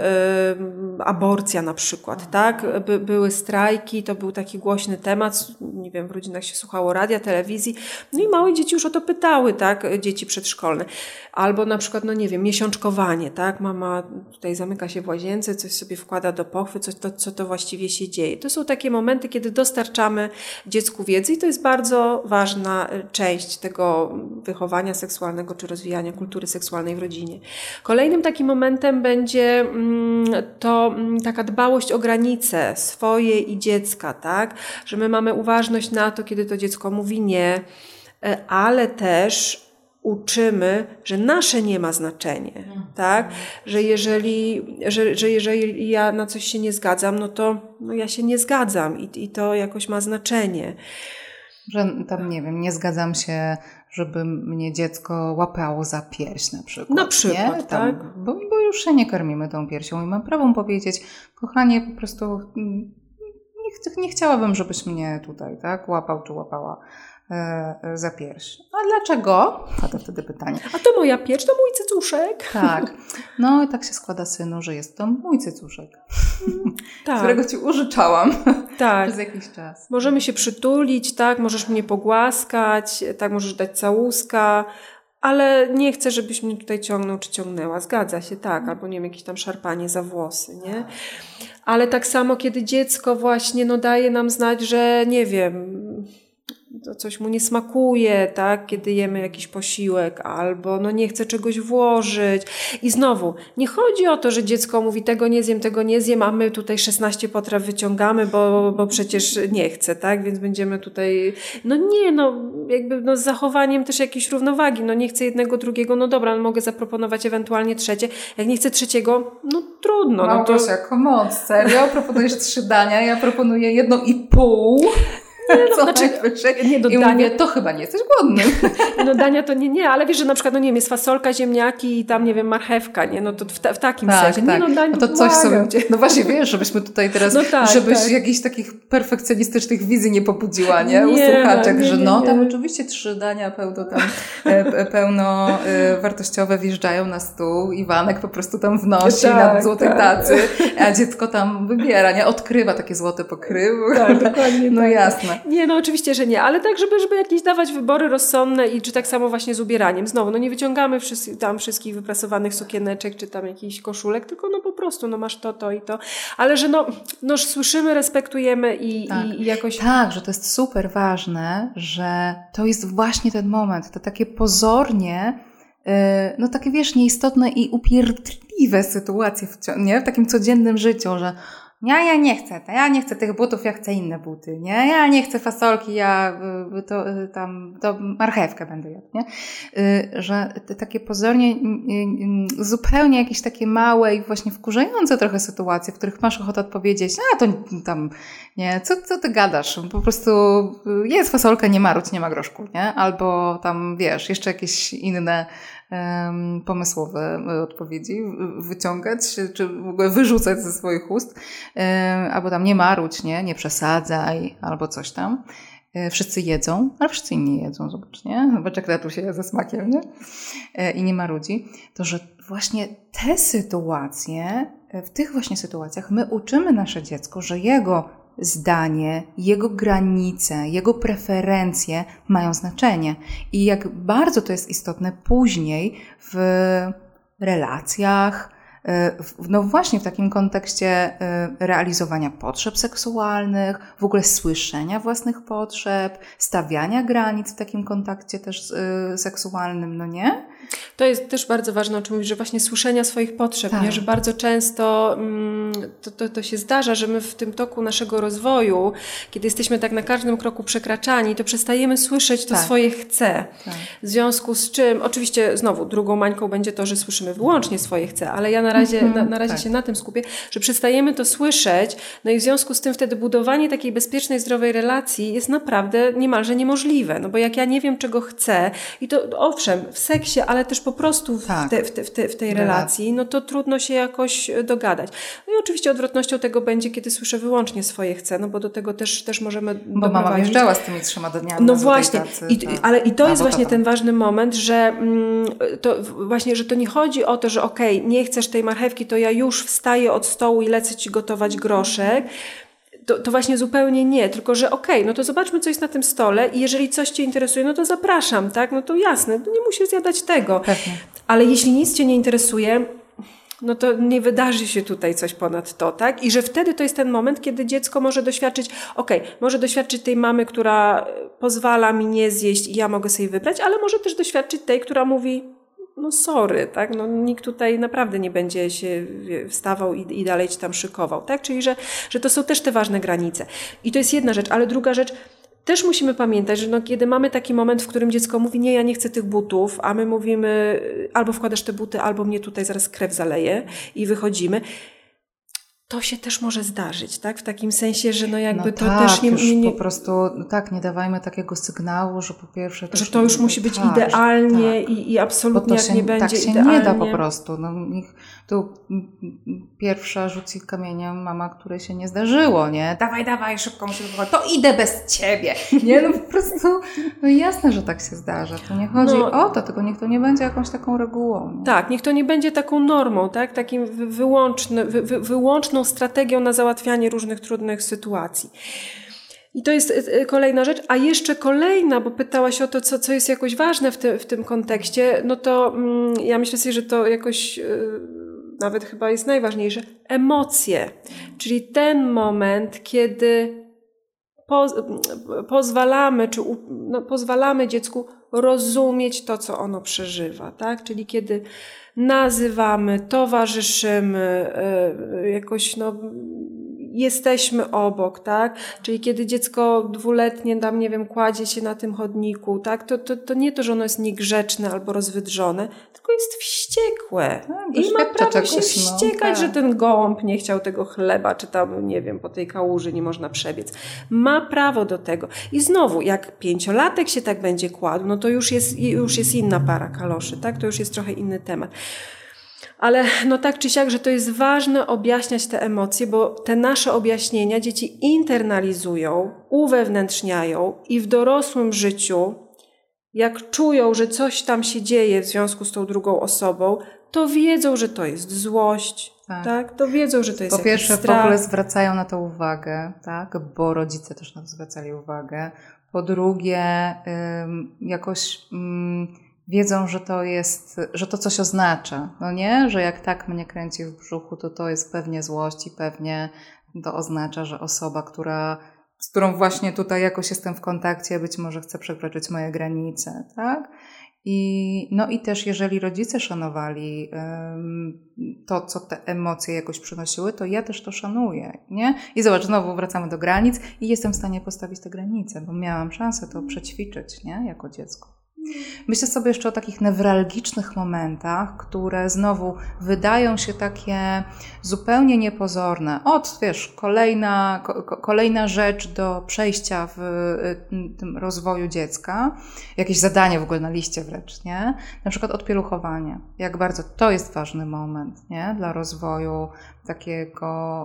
y, aborcja na przykład, tak? By, były strajki, to był taki głośny temat, nie wiem, w rodzinach się słuchało radia, telewizji, no i małe dzieci już o to pytały, tak? Dzieci przedszkolne. Albo na przykład, no nie wiem, miesiączkowanie, tak? Mama tutaj zamyka się w łazience, coś sobie wkłada do pochwy, coś, to, co to właściwie się dzieje. To są takie momenty, kiedy dostarczamy dziecku wiedzy i to jest bardzo ważna część tego wychowania seksualnego czy rozwijania kultury seksualnej w rodzinie. Kolejnym takim momentem będzie to taka dbałość o granice swoje i dziecka, tak? Że my mamy uważność na to, kiedy to dziecko mówi nie, ale też uczymy, że nasze nie ma znaczenia, mm. tak? Że jeżeli, że, że jeżeli ja na coś się nie zgadzam, no to no ja się nie zgadzam i, i to jakoś ma znaczenie. Że tam, nie wiem, nie zgadzam się żeby mnie dziecko łapało za pierś na przykład. Na przykład, nie? tak. Tam, bo, bo już się nie karmimy tą piersią i mam prawo powiedzieć, kochanie, po prostu nie, nie chciałabym, żebyś mnie tutaj tak łapał czy łapała za pierś. A dlaczego? Pada wtedy pytanie. A to moja pierś, to mój cycuszek. Tak. No i tak się składa, synu, że jest to mój cycuszek, tak. którego ci użyczałam tak. przez jakiś czas. Możemy się przytulić, tak, możesz mnie pogłaskać, tak, możesz dać całuska, ale nie chcę, żebyś mnie tutaj ciągnął czy ciągnęła. Zgadza się, tak, albo nie wiem, jakieś tam szarpanie za włosy, nie? Ale tak samo, kiedy dziecko właśnie no, daje nam znać, że nie wiem, to coś mu nie smakuje, tak, kiedy jemy jakiś posiłek, albo no nie chce czegoś włożyć. I znowu, nie chodzi o to, że dziecko mówi tego nie zjem, tego nie zjem, a my tutaj szesnaście potraw wyciągamy, bo, bo przecież nie chce, tak, więc będziemy tutaj, no nie, no jakby no z zachowaniem też jakiejś równowagi, no nie chcę jednego, drugiego, no dobra, no mogę zaproponować ewentualnie trzecie, jak nie chcę trzeciego, no trudno. No to... Małgosia, come on, serio? Proponujesz trzy dania, ja proponuję jedno i pół. Nie, no, co znaczy, nie do I dania. Mówię, to chyba nie jesteś głodny. No dania to nie, nie, ale wiesz, że na przykład, no nie wiem, jest fasolka, ziemniaki i tam, nie wiem, marchewka, nie, no to w, ta, w takim tak, sensie. Tak. Nie, no, dań, no to coś sobie, no właśnie wiesz, żebyśmy tutaj teraz, no tak, żebyś tak. jakichś takich perfekcjonistycznych wizji nie pobudziła, nie? U nie, słuchaczek, nie, że nie, no nie. tam oczywiście trzy dania pełno tam, pełno wartościowe wjeżdżają na stół, Iwanek po prostu tam wnosi tak, na złotej tak. tacy, a dziecko tam wybiera, nie? Odkrywa takie złote pokrywy. Tak, dokładnie. No tak. jasne. Nie, no oczywiście, że nie, ale tak, żeby, żeby jakieś dawać wybory rozsądne i czy tak samo właśnie z ubieraniem. Znowu, no nie wyciągamy wszyscy, tam wszystkich wyprasowanych sukieneczek, czy tam jakichś koszulek, tylko no po prostu, no masz to, to i to. Ale że no, no słyszymy, respektujemy i, tak. i, i jakoś... Tak, że to jest super ważne, że to jest właśnie ten moment, to takie pozornie, yy, no takie wiesz, nieistotne i upierdliwe sytuacje w, nie? w takim codziennym życiu, że Ja, ja nie chcę, ja nie chcę tych butów, ja chcę inne buty, nie? Ja nie chcę fasolki, ja to tam, to marchewkę będę jadł, nie? Że takie pozornie zupełnie jakieś takie małe i właśnie wkurzające trochę sytuacje, w których masz ochotę odpowiedzieć, a to tam, nie, co, co ty gadasz? Po prostu jest fasolka, nie marudź, nie ma groszku, nie? Albo tam, wiesz, jeszcze jakieś inne Um, pomysłowe odpowiedzi wyciągać, czy w ogóle wyrzucać ze swoich ust, um, albo tam nie marudź, nie, nie przesadzaj, albo coś tam. Um, wszyscy jedzą, ale wszyscy inni jedzą, zobacz, nie? Zobacz, jak tatu się je ze smakiem, nie? Um, I nie marudzi. To, że właśnie te sytuacje, w tych właśnie sytuacjach my uczymy nasze dziecko, że jego zdanie, jego granice, jego preferencje mają znaczenie. I jak bardzo to jest istotne później w relacjach, no właśnie w takim kontekście realizowania potrzeb seksualnych, w ogóle słyszenia własnych potrzeb, stawiania granic w takim kontakcie też seksualnym, no nie? To jest też bardzo ważne, o czym mówisz, że właśnie słyszenia swoich potrzeb, tak. nie? Że bardzo często mm, to, to, to się zdarza, że my w tym toku naszego rozwoju, kiedy jesteśmy tak na każdym kroku przekraczani, to przestajemy słyszeć to tak. swoje chcę. Tak. W związku z czym, oczywiście znowu drugą mańką będzie to, że słyszymy wyłącznie swoje chcę, ale ja na razie, mm-hmm, na, na razie tak. się na tym skupię, że przestajemy to słyszeć, no i w związku z tym wtedy budowanie takiej bezpiecznej, zdrowej relacji jest naprawdę niemalże niemożliwe, no bo jak ja nie wiem, czego chcę i to owszem, w seksie, ale też po prostu w, tak. te, w, te, w, te, w tej relacji, no to trudno się jakoś dogadać. No i oczywiście odwrotnością tego będzie, kiedy słyszę wyłącznie swoje chcę, no bo do tego też, też możemy Bo doprowadzić. mama wjeżdżała z tymi trzema dniami. No właśnie, tacy, I, tak. ale i to A, jest właśnie tata. ten ważny moment, że mm, to właśnie, że to nie chodzi o to, że okej, okay, nie chcesz tej marchewki, to ja już wstaję od stołu i lecę ci gotować groszek. To, to właśnie zupełnie nie, tylko że okej, okay, no to zobaczmy, co jest na tym stole i jeżeli coś Cię interesuje, no to zapraszam, tak? No to jasne, to nie musisz zjadać tego. Pewnie. Ale jeśli nic Cię nie interesuje, no to nie wydarzy się tutaj coś ponad to, tak? I że wtedy to jest ten moment, kiedy dziecko może doświadczyć, okej, okay, może doświadczyć tej mamy, która pozwala mi nie zjeść i ja mogę sobie wybrać, ale może też doświadczyć tej, która mówi, no sorry, tak, no nikt tutaj naprawdę nie będzie się wstawał i, i dalej ci tam szykował, tak, czyli że, że to są też te ważne granice. I to jest jedna rzecz, ale druga rzecz, też musimy pamiętać, że no, kiedy mamy taki moment, w którym dziecko mówi, nie, ja nie chcę tych butów, a my mówimy, albo wkładasz te buty, albo mnie tutaj zaraz krew zaleje i wychodzimy, to się też może zdarzyć, tak? W takim sensie, że no jakby no to tak, też nie, już nie, nie... po prostu, no tak, nie dawajmy takiego sygnału, że po pierwsze... Że to już musi być tak, idealnie tak. i, i absolutnie jak się, nie będzie tak się idealnie. nie da po prostu. No, niech tu pierwsza rzuci kamieniem mama, której się nie zdarzyło, nie? Dawaj, dawaj, szybko muszę wychodzić. To idę bez ciebie. Nie, no po prostu, no jasne, że tak się zdarza. To nie chodzi no, o to, tylko niech to nie będzie jakąś taką regułą. Nie? Tak, niech to nie będzie taką normą, tak? Takim wyłączny, wy, wy, wyłączną strategią na załatwianie różnych trudnych sytuacji. I to jest kolejna rzecz. A jeszcze kolejna, bo pytałaś o to, co, co jest jakoś ważne w, te, w tym kontekście, no to mm, ja myślę sobie, że to jakoś yy, nawet chyba jest najważniejsze. Emocje. Czyli ten moment, kiedy po, pozwalamy, czy u, no, pozwalamy dziecku rozumieć to, co ono przeżywa, tak? Czyli kiedy nazywamy, towarzyszymy, yy, jakoś no... jesteśmy obok, tak? Czyli kiedy dziecko dwuletnie tam, nie wiem, kładzie się na tym chodniku, tak? To, to, to nie to, że ono jest niegrzeczne albo rozwydrzone, tylko jest wściekłe. No, i ma prawo się wściekać, no, tak. że ten gołąb nie chciał tego chleba, czy tam, nie wiem, po tej kałuży nie można przebiec. Ma prawo do tego. I znowu, jak pięciolatek się tak będzie kładł, no to już jest, już jest inna para kaloszy, tak? To już jest trochę inny temat. Ale no tak czy siak, że to jest ważne objaśniać te emocje, bo te nasze objaśnienia dzieci internalizują, uwewnętrzniają i w dorosłym życiu, jak czują, że coś tam się dzieje w związku z tą drugą osobą, to wiedzą, że to jest złość, tak? tak? To wiedzą, że to jest po pierwsze strach. w ogóle zwracają na to uwagę, tak? Bo rodzice też na to zwracali uwagę. Po drugie ym, jakoś... Ym, wiedzą, że to jest, że to coś oznacza, no nie? Że jak tak mnie kręci w brzuchu, to to jest pewnie złość i pewnie to oznacza, że osoba, która, z którą właśnie tutaj jakoś jestem w kontakcie, być może chce przekroczyć moje granice, tak? I, no i też jeżeli rodzice szanowali um, to, co te emocje jakoś przynosiły, to ja też to szanuję, nie? I zobacz, znowu wracamy do granic i jestem w stanie postawić te granice, bo miałam szansę to przećwiczyć, nie? Jako dziecko. Myślę sobie jeszcze o takich newralgicznych momentach, które znowu wydają się takie zupełnie niepozorne. Od, wiesz, kolejna, ko, kolejna rzecz do przejścia w tym rozwoju dziecka, jakieś zadanie w ogóle na liście wręcz, nie? Na przykład odpieluchowanie. Jak bardzo to jest ważny moment, nie? Dla rozwoju takiego,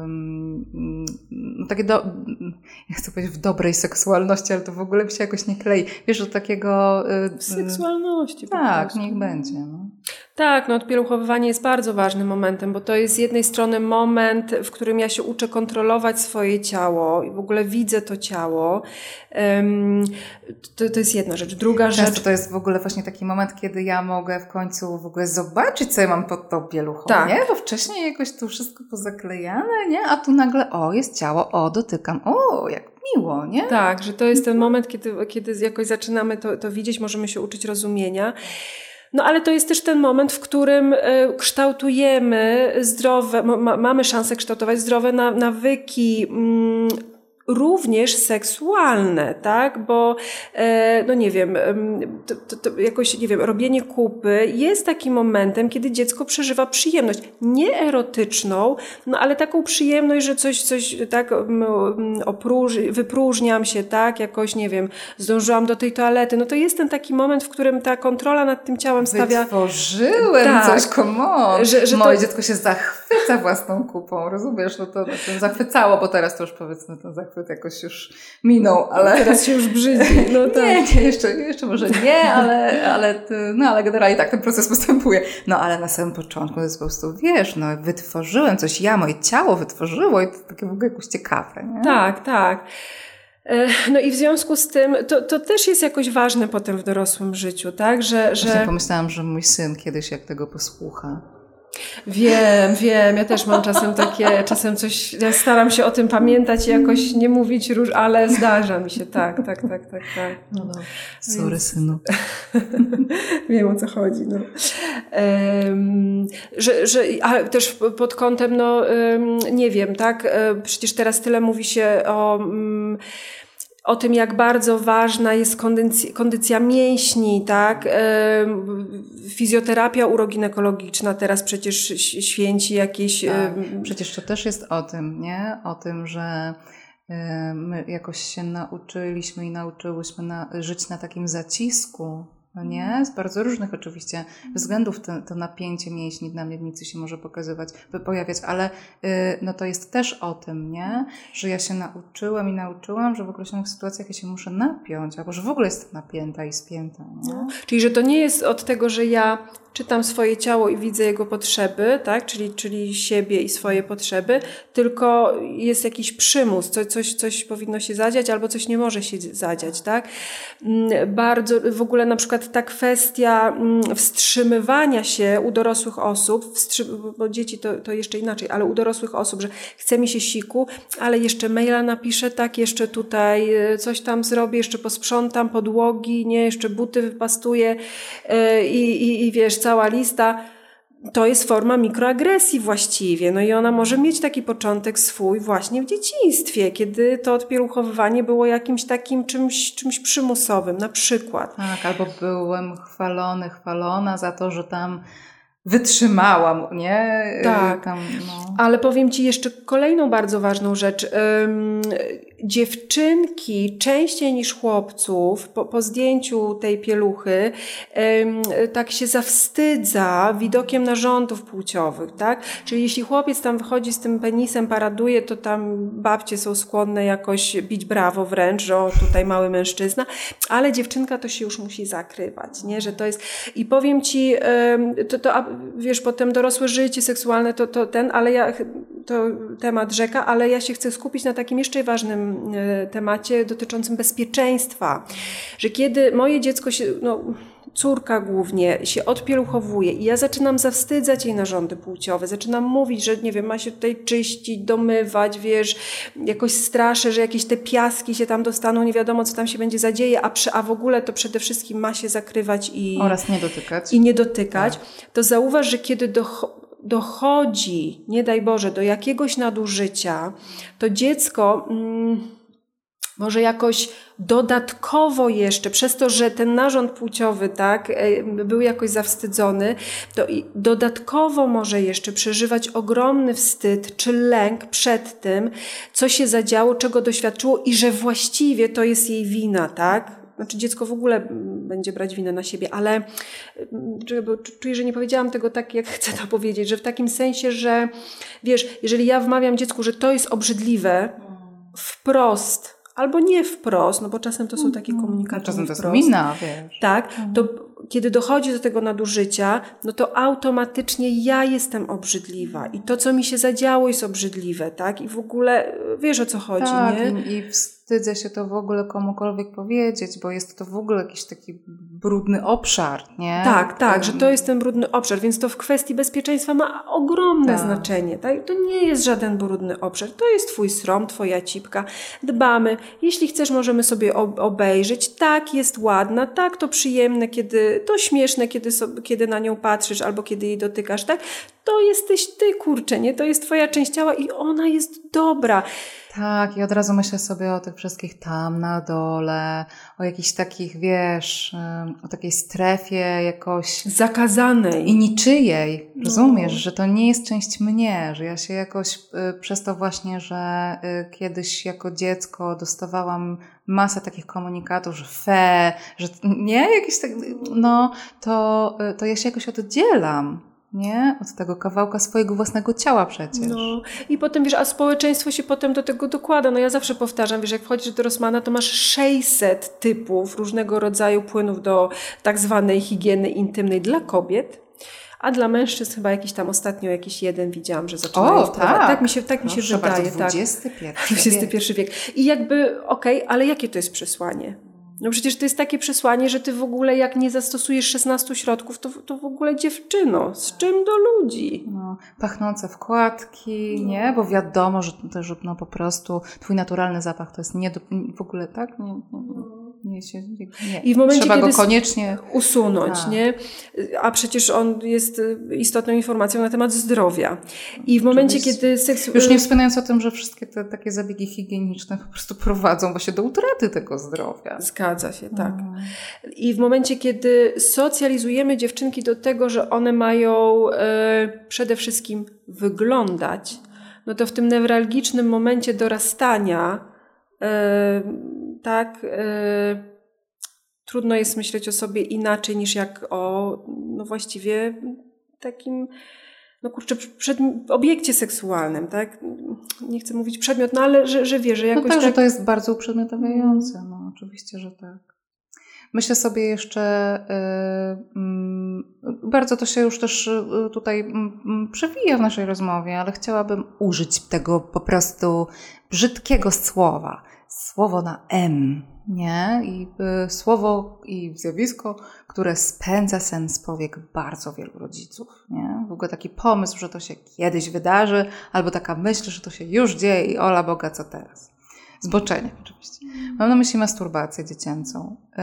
um, no takie do, ja chcę powiedzieć w dobrej seksualności, ale to w ogóle mi się jakoś nie klei. Wiesz, do takiego... W seksualności. Tak, niech będzie. No. Tak, no odpieluchowywanie jest bardzo ważnym momentem, bo to jest z jednej strony moment, w którym ja się uczę kontrolować swoje ciało i w ogóle widzę to ciało. Um, to, to jest jedna rzecz. Druga Często rzecz... to jest w ogóle właśnie taki moment, kiedy ja mogę w końcu w ogóle zobaczyć, co ja mam pod tą pieluchą, tak. nie? Bo wcześniej jakoś tu wszystko pozaklejane, nie? A tu nagle, o, jest ciało, o, dotykam, o, jak miło, nie? Tak, że to jest ten moment, kiedy, kiedy jakoś zaczynamy to, to widzieć, możemy się uczyć rozumienia. No ale to jest też ten moment, w którym kształtujemy zdrowe, ma, mamy szansę kształtować zdrowe na, nawyki, mm, również seksualne, tak? Bo, e, no nie wiem, to, to, to jakoś, nie wiem, robienie kupy jest takim momentem, kiedy dziecko przeżywa przyjemność. Nie erotyczną, no ale taką przyjemność, że coś, coś tak opróż, wypróżniam się, tak? Jakoś, nie wiem, zdążyłam do tej toalety. No to jest ten taki moment, w którym ta kontrola nad tym ciałem stawia... Wytworzyłem tak, coś, come on. Że, że Moje to... dziecko się zachwyca własną kupą, rozumiesz? No to, no to zachwycało, bo teraz to już powiedzmy ten zachwyt jakoś już minął, ale... Teraz się już brzydzi. No tak. Nie, nie, jeszcze, jeszcze może nie, ale, ale, no, ale generalnie tak ten proces postępuje. No ale na samym początku to jest po prostu, wiesz, no wytworzyłem coś, ja, moje ciało wytworzyło i to takie w ogóle jakoś ciekawe, nie? Tak, tak. No i w związku z tym, to, to też jest jakoś ważne potem w dorosłym życiu, tak, że... że... Właśnie pomyślałam, że mój syn kiedyś jak tego posłucha. Wiem, wiem, ja też mam czasem takie, czasem coś, ja staram się o tym pamiętać i jakoś nie mówić róż, ale zdarza mi się, tak, tak, tak, tak, tak. No, no. Sorry, Więc... synu. Wiem, o co chodzi, no. Um, że, że, a też pod kątem, no, um, nie wiem, tak, przecież teraz tyle mówi się o... Um, o tym, jak bardzo ważna jest kondycja, kondycja mięśni, tak? E, fizjoterapia uroginekologiczna teraz przecież święci jakieś... Tak. E... Przecież to też jest o tym, nie? O tym, że my jakoś się nauczyliśmy i nauczyłyśmy na, żyć na takim zacisku, no nie? Z bardzo różnych oczywiście względów to, to napięcie mięśni na miednicy się może pokazywać, pojawiać, ale yy, no to jest też o tym, nie? Że ja się nauczyłam i nauczyłam, że w określonych sytuacjach ja się muszę napiąć, albo że w ogóle jestem napięta i spięta, nie? No. Czyli, że to nie jest od tego, że ja czytam swoje ciało i widzę jego potrzeby, tak? Czyli, czyli siebie i swoje potrzeby, tylko jest jakiś przymus, coś, coś, coś powinno się zadziać albo coś nie może się zadziać, tak? Bardzo w ogóle na przykład ta kwestia wstrzymywania się u dorosłych osób, wstrzy- bo dzieci to, to jeszcze inaczej, ale u dorosłych osób, że chce mi się siku, ale jeszcze maila napiszę, tak, jeszcze tutaj coś tam zrobię, jeszcze posprzątam podłogi, nie, jeszcze buty wypastuję i, i, i wiesz, cała lista, to jest forma mikroagresji właściwie. No i ona może mieć taki początek swój właśnie w dzieciństwie, kiedy to odpieluchowywanie było jakimś takim czymś, czymś przymusowym, na przykład. Tak, albo byłem chwalony, chwalona za to, że tam wytrzymałam, nie? Tak, tam, no. Ale powiem Ci jeszcze kolejną bardzo ważną rzecz. Ym, dziewczynki częściej niż chłopców po, po zdjęciu tej pieluchy ym, tak się zawstydza widokiem narządów płciowych, tak? Czyli jeśli chłopiec tam wychodzi z tym penisem, paraduje, to tam babcie są skłonne jakoś bić brawo wręcz, że o, tutaj mały mężczyzna, ale dziewczynka to się już musi zakrywać, nie? Że to jest... I powiem Ci, ym, to, to wiesz, potem dorosłe życie seksualne to, to ten, ale ja, to temat rzeka, ale ja się chcę skupić na takim jeszcze ważnym temacie dotyczącym bezpieczeństwa, że kiedy moje dziecko się, no córka głównie się odpieluchowuje i ja zaczynam zawstydzać jej narządy płciowe, zaczynam mówić, że nie wiem, ma się tutaj czyścić, domywać, wiesz, jakoś straszę, że jakieś te piaski się tam dostaną, nie wiadomo co tam się będzie zadzieje, a, przy, a w ogóle to przede wszystkim ma się zakrywać i... Oraz nie dotykać. I nie dotykać, tak. To zauważ, że kiedy do dochodzi, nie daj Boże, do jakiegoś nadużycia, to dziecko mm, może jakoś dodatkowo jeszcze, przez to, że ten narząd płciowy, tak, był jakoś zawstydzony, to i dodatkowo może jeszcze przeżywać ogromny wstyd czy lęk przed tym, co się zadziało, czego doświadczyło i że właściwie to jest jej wina, tak? Znaczy dziecko w ogóle będzie brać winę na siebie, ale czuję, że nie powiedziałam tego tak, jak chcę to powiedzieć, że w takim sensie, że wiesz, jeżeli ja wmawiam dziecku, że to jest obrzydliwe wprost, albo nie wprost, no bo czasem to są takie komunikaty. Czasem to jest mina, wiesz. Tak, to kiedy dochodzi do tego nadużycia, no to automatycznie ja jestem obrzydliwa i to, co mi się zadziało, jest obrzydliwe, tak? I w ogóle wiesz, o co chodzi, tak, nie? I, i wstydzę się to w ogóle komukolwiek powiedzieć, bo jest to w ogóle jakiś taki brudny obszar, nie? Tak, tak, że to jest ten brudny obszar, więc to w kwestii bezpieczeństwa ma ogromne tak. znaczenie, tak? To nie jest żaden brudny obszar, to jest twój srom, twoja cipka, dbamy, jeśli chcesz, możemy sobie obejrzeć, tak, jest ładna, tak, to przyjemne, kiedy, to śmieszne, kiedy, sobie, kiedy na nią patrzysz albo kiedy jej dotykasz, tak? To jesteś ty, kurczę, nie? To jest twoja część ciała i ona jest dobra. Tak, i od razu myślę sobie o tych wszystkich tam na dole, o jakichś takich, wiesz, o takiej strefie jakoś... zakazanej. I niczyjej. Rozumiesz, no. Że to nie jest część mnie, że ja się jakoś y, przez to właśnie, że y, kiedyś jako dziecko dostawałam masę takich komunikatów, że fe, że nie, jakieś tak, no, to, y, to ja się jakoś oddzielam. Nie? Od tego kawałka swojego własnego ciała przecież. No i potem, wiesz, a społeczeństwo się potem do tego dokłada. No ja zawsze powtarzam, wiesz, jak wchodzisz do Rossmana, to masz sześćset typów różnego rodzaju płynów do tak zwanej higieny intymnej dla kobiet, a dla mężczyzn chyba jakiś tam ostatnio jakiś jeden widziałam, że zaczynają o, tak. tak mi się, tak mi się Proszę wydaje. Bardzo, dwudziesty pierwszy tak. dwudziesty pierwszy wiek. I jakby, okej, okay, ale jakie to jest przesłanie? No przecież to jest takie przesłanie, że ty w ogóle jak nie zastosujesz szesnastu środków, to, to w ogóle dziewczyno, z czym do ludzi? No, pachnące wkładki, no. Nie? Bo wiadomo, że, że no po prostu twój naturalny zapach to jest nie do, w ogóle tak? Nie, nie, nie. nie się, nie. I w momencie, Trzeba kiedy go koniecznie usunąć, tak. nie? A przecież on jest istotną informacją na temat zdrowia. I w momencie, Oczywiście. kiedy seksu... Już nie wspominając o tym, że wszystkie te takie zabiegi higieniczne po prostu prowadzą właśnie do utraty tego zdrowia. Zgadza się, tak. Mm. I w momencie, kiedy socjalizujemy dziewczynki do tego, że one mają e, przede wszystkim wyglądać, no to w tym newralgicznym momencie dorastania e, tak... E, trudno jest myśleć o sobie inaczej niż jak o, no właściwie takim, no kurczę, przed, obiekcie seksualnym, tak? Nie chcę mówić przedmiot, no ale że, że wie, że jakoś no tak, tak... że to jest bardzo uprzedmiotawiające, no oczywiście, że tak. Myślę sobie jeszcze, yy, yy, bardzo to się już też yy, tutaj yy, przewija w naszej rozmowie, ale chciałabym użyć tego po prostu brzydkiego słowa. Słowo na M, nie? I y, słowo i zjawisko, które spędza sen z powiek bardzo wielu rodziców, nie? W ogóle taki pomysł, że to się kiedyś wydarzy, albo taka myśl, że to się już dzieje i ola Boga, co teraz? Zboczenie oczywiście. Mam na myśli masturbację dziecięcą. Y,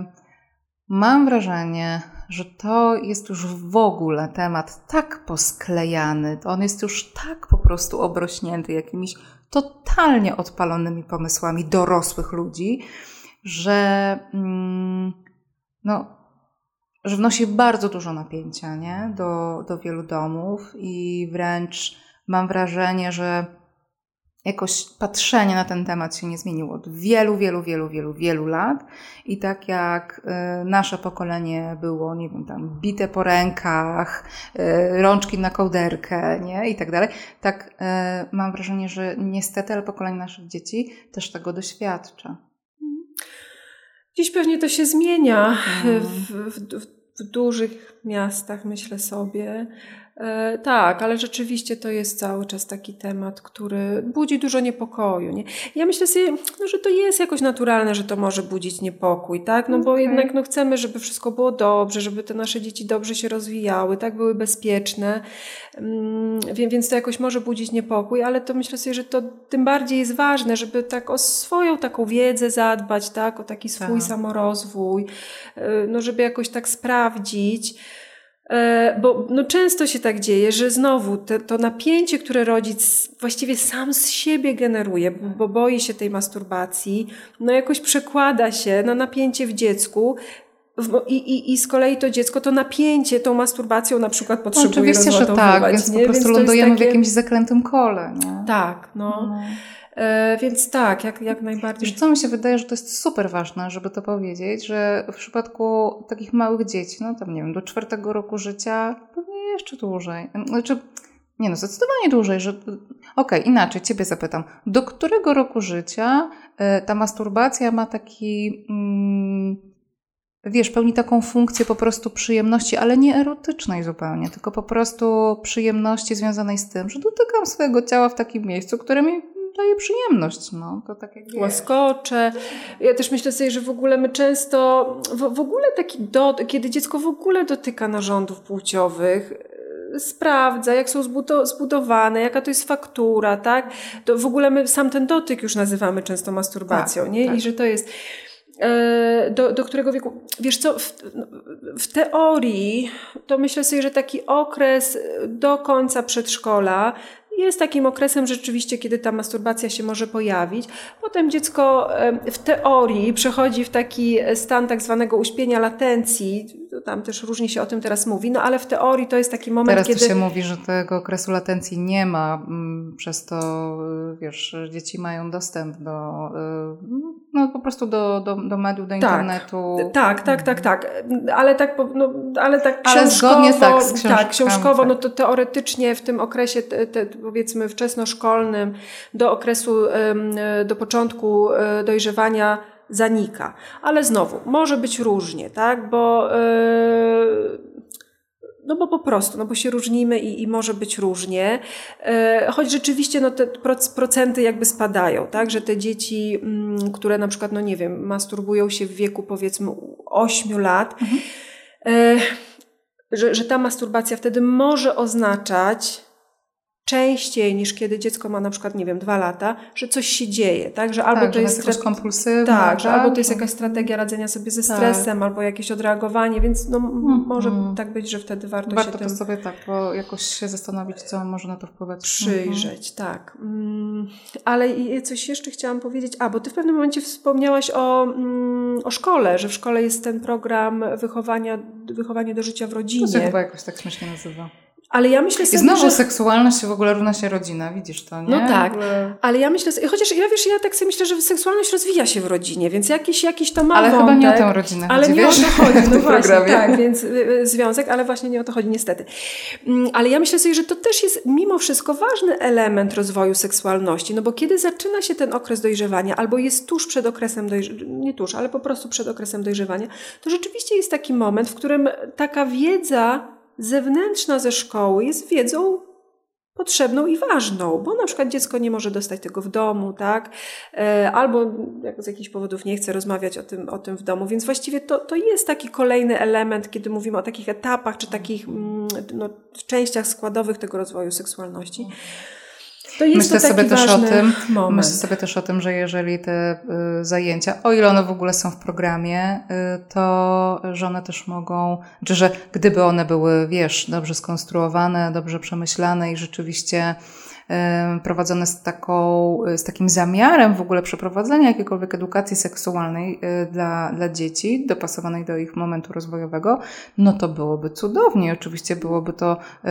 mam wrażenie, że to jest już w ogóle temat tak posklejany, to on jest już tak po prostu obrośnięty jakimiś totalnie odpalonymi pomysłami dorosłych ludzi, że, mm, no, że wnosi bardzo dużo napięcia, nie? Do, do wielu domów i wręcz mam wrażenie, że jakoś patrzenie na ten temat się nie zmieniło od wielu, wielu, wielu, wielu, wielu lat i tak jak y, nasze pokolenie było, nie wiem, tam bite po rękach, y, rączki na kołderkę, nie? I tak dalej, tak y, mam wrażenie, że niestety, ale pokolenie naszych dzieci też tego doświadcza. Dziś pewnie to się zmienia hmm. w, w, w dużych miastach, myślę sobie. E, tak, ale rzeczywiście to jest cały czas taki temat, który budzi dużo niepokoju. Nie? Ja myślę sobie, no, że to jest jakoś naturalne, że to może budzić niepokój, tak? No bo okay. jednak no, chcemy, żeby wszystko było dobrze, żeby te nasze dzieci dobrze się rozwijały, tak? Były bezpieczne, mm, więc to jakoś może budzić niepokój, ale to myślę sobie, że to tym bardziej jest ważne, żeby tak o swoją taką wiedzę zadbać, tak? O taki swój tak. samorozwój, no żeby jakoś tak sprawdzić. Bo no, często się tak dzieje, że znowu te, to napięcie, które rodzic właściwie sam z siebie generuje, bo boi się tej masturbacji, no jakoś przekłada się na napięcie w dziecku i, i, i z kolei to dziecko to napięcie tą masturbacją na przykład potrzebuje rozładowywać. Oczywiście, że tak, więc nie? po prostu więc lądujemy takie... w jakimś zaklętym kole. Nie? Tak, no. no. E, więc tak, jak, jak najbardziej. Wiesz co, mi się wydaje, że to jest super ważne, żeby to powiedzieć, że w przypadku takich małych dzieci, no tam nie wiem, do czwartego roku życia, pewnie jeszcze dłużej. Znaczy, nie no, zdecydowanie dłużej, że... Okej, okay, inaczej, ciebie zapytam. Do którego roku życia y, ta masturbacja ma taki... Mm, wiesz, pełni taką funkcję po prostu przyjemności, ale nie erotycznej zupełnie, tylko po prostu przyjemności związanej z tym, że dotykam swojego ciała w takim miejscu, które mi daje przyjemność, no, to tak jak łaskocze. Ja też myślę sobie, że w ogóle my często, w, w ogóle taki dot, kiedy dziecko w ogóle dotyka narządów płciowych, sprawdza, jak są zbudowane, jaka to jest faktura, tak? To w ogóle my sam ten dotyk już nazywamy często masturbacją, tak, nie? Tak. I że to jest do, do którego wieku, wiesz co, w, w teorii to myślę sobie, że taki okres do końca przedszkola jest takim okresem rzeczywiście, kiedy ta masturbacja się może pojawić. Potem dziecko w teorii przechodzi w taki stan tak zwanego uśpienia latencji. Tam też różnie się o tym teraz mówi, no ale w teorii to jest taki moment, teraz kiedy... Teraz się mówi, że tego okresu latencji nie ma, przez to, wiesz, dzieci mają dostęp do, no po prostu do, do, do mediów, do tak, internetu. Tak, tak, tak, tak. Ale tak, no, ale tak ale książkowo, zgodnie tak, z tak, książkowo, no to teoretycznie w tym okresie, te, te, powiedzmy wczesnoszkolnym, do okresu, do początku dojrzewania zanika. Ale znowu, może być różnie, tak, bo no bo po prostu, no bo się różnimy i, i może być różnie, choć rzeczywiście no te procenty jakby spadają, tak, że te dzieci, które na przykład, no nie wiem, masturbują się w wieku powiedzmy ośmiu lat, mhm. że, że ta masturbacja wtedy może oznaczać częściej niż kiedy dziecko ma na przykład, nie wiem, dwa lata, że coś się dzieje, tak? Że albo tak, to że jest jakaś stres... kompulsywna. Tak, że tak? albo to jest jakaś strategia radzenia sobie ze stresem, tak. albo jakieś odreagowanie, więc no mm. może tak być, że wtedy warto, warto się tym... Warto to sobie tak, bo jakoś się zastanowić, co może na to wpływać. Przyjrzeć, mhm. tak. Mm, ale coś jeszcze chciałam powiedzieć, a bo ty w pewnym momencie wspomniałaś o, mm, o szkole, że w szkole jest ten program wychowania, wychowanie do życia w rodzinie. To się chyba jakoś tak śmiesznie nazywa. Ale ja myślę sobie, I znowu że... seksualność w ogóle równa się rodzina, widzisz to, nie? No tak, ogóle... ale ja myślę sobie, chociaż ja wiesz, ja tak sobie myślę, że seksualność rozwija się w rodzinie, więc jakiś, jakiś to ma Ale wątek, chyba nie o tę rodzinę ale chodzi, nie wiesz? o to chodzi, no właśnie, programie. tak, więc y, związek, ale właśnie nie o to chodzi niestety. Ale ja myślę sobie, że to też jest mimo wszystko ważny element rozwoju seksualności, no bo kiedy zaczyna się ten okres dojrzewania, albo jest tuż przed okresem dojrzewania, nie tuż, ale po prostu przed okresem dojrzewania, to rzeczywiście jest taki moment, w którym taka wiedza zewnętrzna ze szkoły jest wiedzą potrzebną i ważną, bo na przykład dziecko nie może dostać tego w domu, tak? Albo jak z jakichś powodów nie chce rozmawiać o tym, o tym w domu, więc właściwie to, to jest taki kolejny element, kiedy mówimy o takich etapach, czy takich no, częściach składowych tego rozwoju seksualności. To jest myślę to taki sobie też o tym, moment. Myślę sobie też o tym, że jeżeli te y, zajęcia, o ile one w ogóle są w programie, y, to że one też mogą, czy że gdyby one były, wiesz, dobrze skonstruowane, dobrze przemyślane i rzeczywiście y, prowadzone z taką, z takim zamiarem w ogóle przeprowadzenia jakiejkolwiek edukacji seksualnej y, dla, dla dzieci, dopasowanej do ich momentu rozwojowego, no to byłoby cudownie. Oczywiście byłoby to y,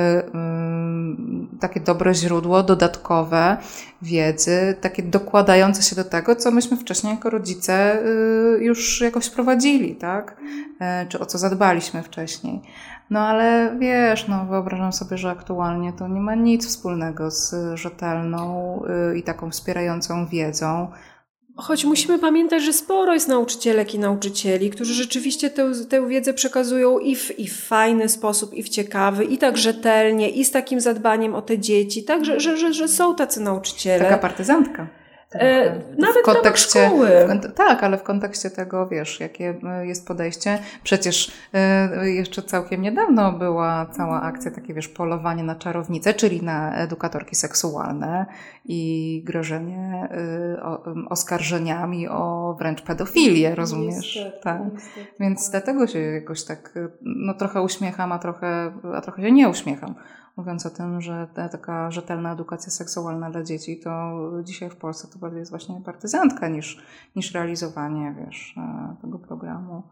y, takie dobre źródło, dodatkowe wiedzy, takie dokładające się do tego, co myśmy wcześniej jako rodzice y, już jakoś wprowadzili, tak? Y, czy o co zadbaliśmy wcześniej. No ale wiesz, no wyobrażam sobie, że aktualnie to nie ma nic wspólnego z rzetelną y, i taką wspierającą wiedzą. Choć musimy pamiętać, że sporo jest nauczycielek i nauczycieli, którzy rzeczywiście tę, tę wiedzę przekazują i w, i w fajny sposób, i w ciekawy, i tak rzetelnie, i z takim zadbaniem o te dzieci, tak, że, że, że, że są tacy nauczyciele. Taka partyzantka. E, nawet w kontekście szkoły. W, tak, ale w kontekście tego, wiesz, jakie jest podejście. Przecież y, jeszcze całkiem niedawno była cała akcja, takie wiesz, polowanie na czarownice, czyli na edukatorki seksualne i grożenie y, o, oskarżeniami o wręcz pedofilię, rozumiesz? Niestety, tak. niestety. Więc dlatego się jakoś tak, no trochę uśmiecham, a trochę, a trochę się nie uśmiecham. Mówiąc o tym, że ta, taka rzetelna edukacja seksualna dla dzieci, to dzisiaj w Polsce to bardziej jest właśnie partyzantka niż, niż realizowanie, wiesz, tego programu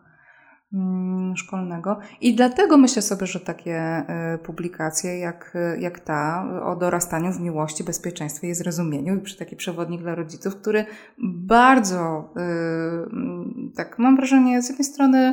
szkolnego. I dlatego myślę sobie, że takie publikacje jak, jak ta o dorastaniu w miłości, bezpieczeństwie i zrozumieniu i taki przewodnik dla rodziców, który bardzo, tak mam wrażenie, z jednej strony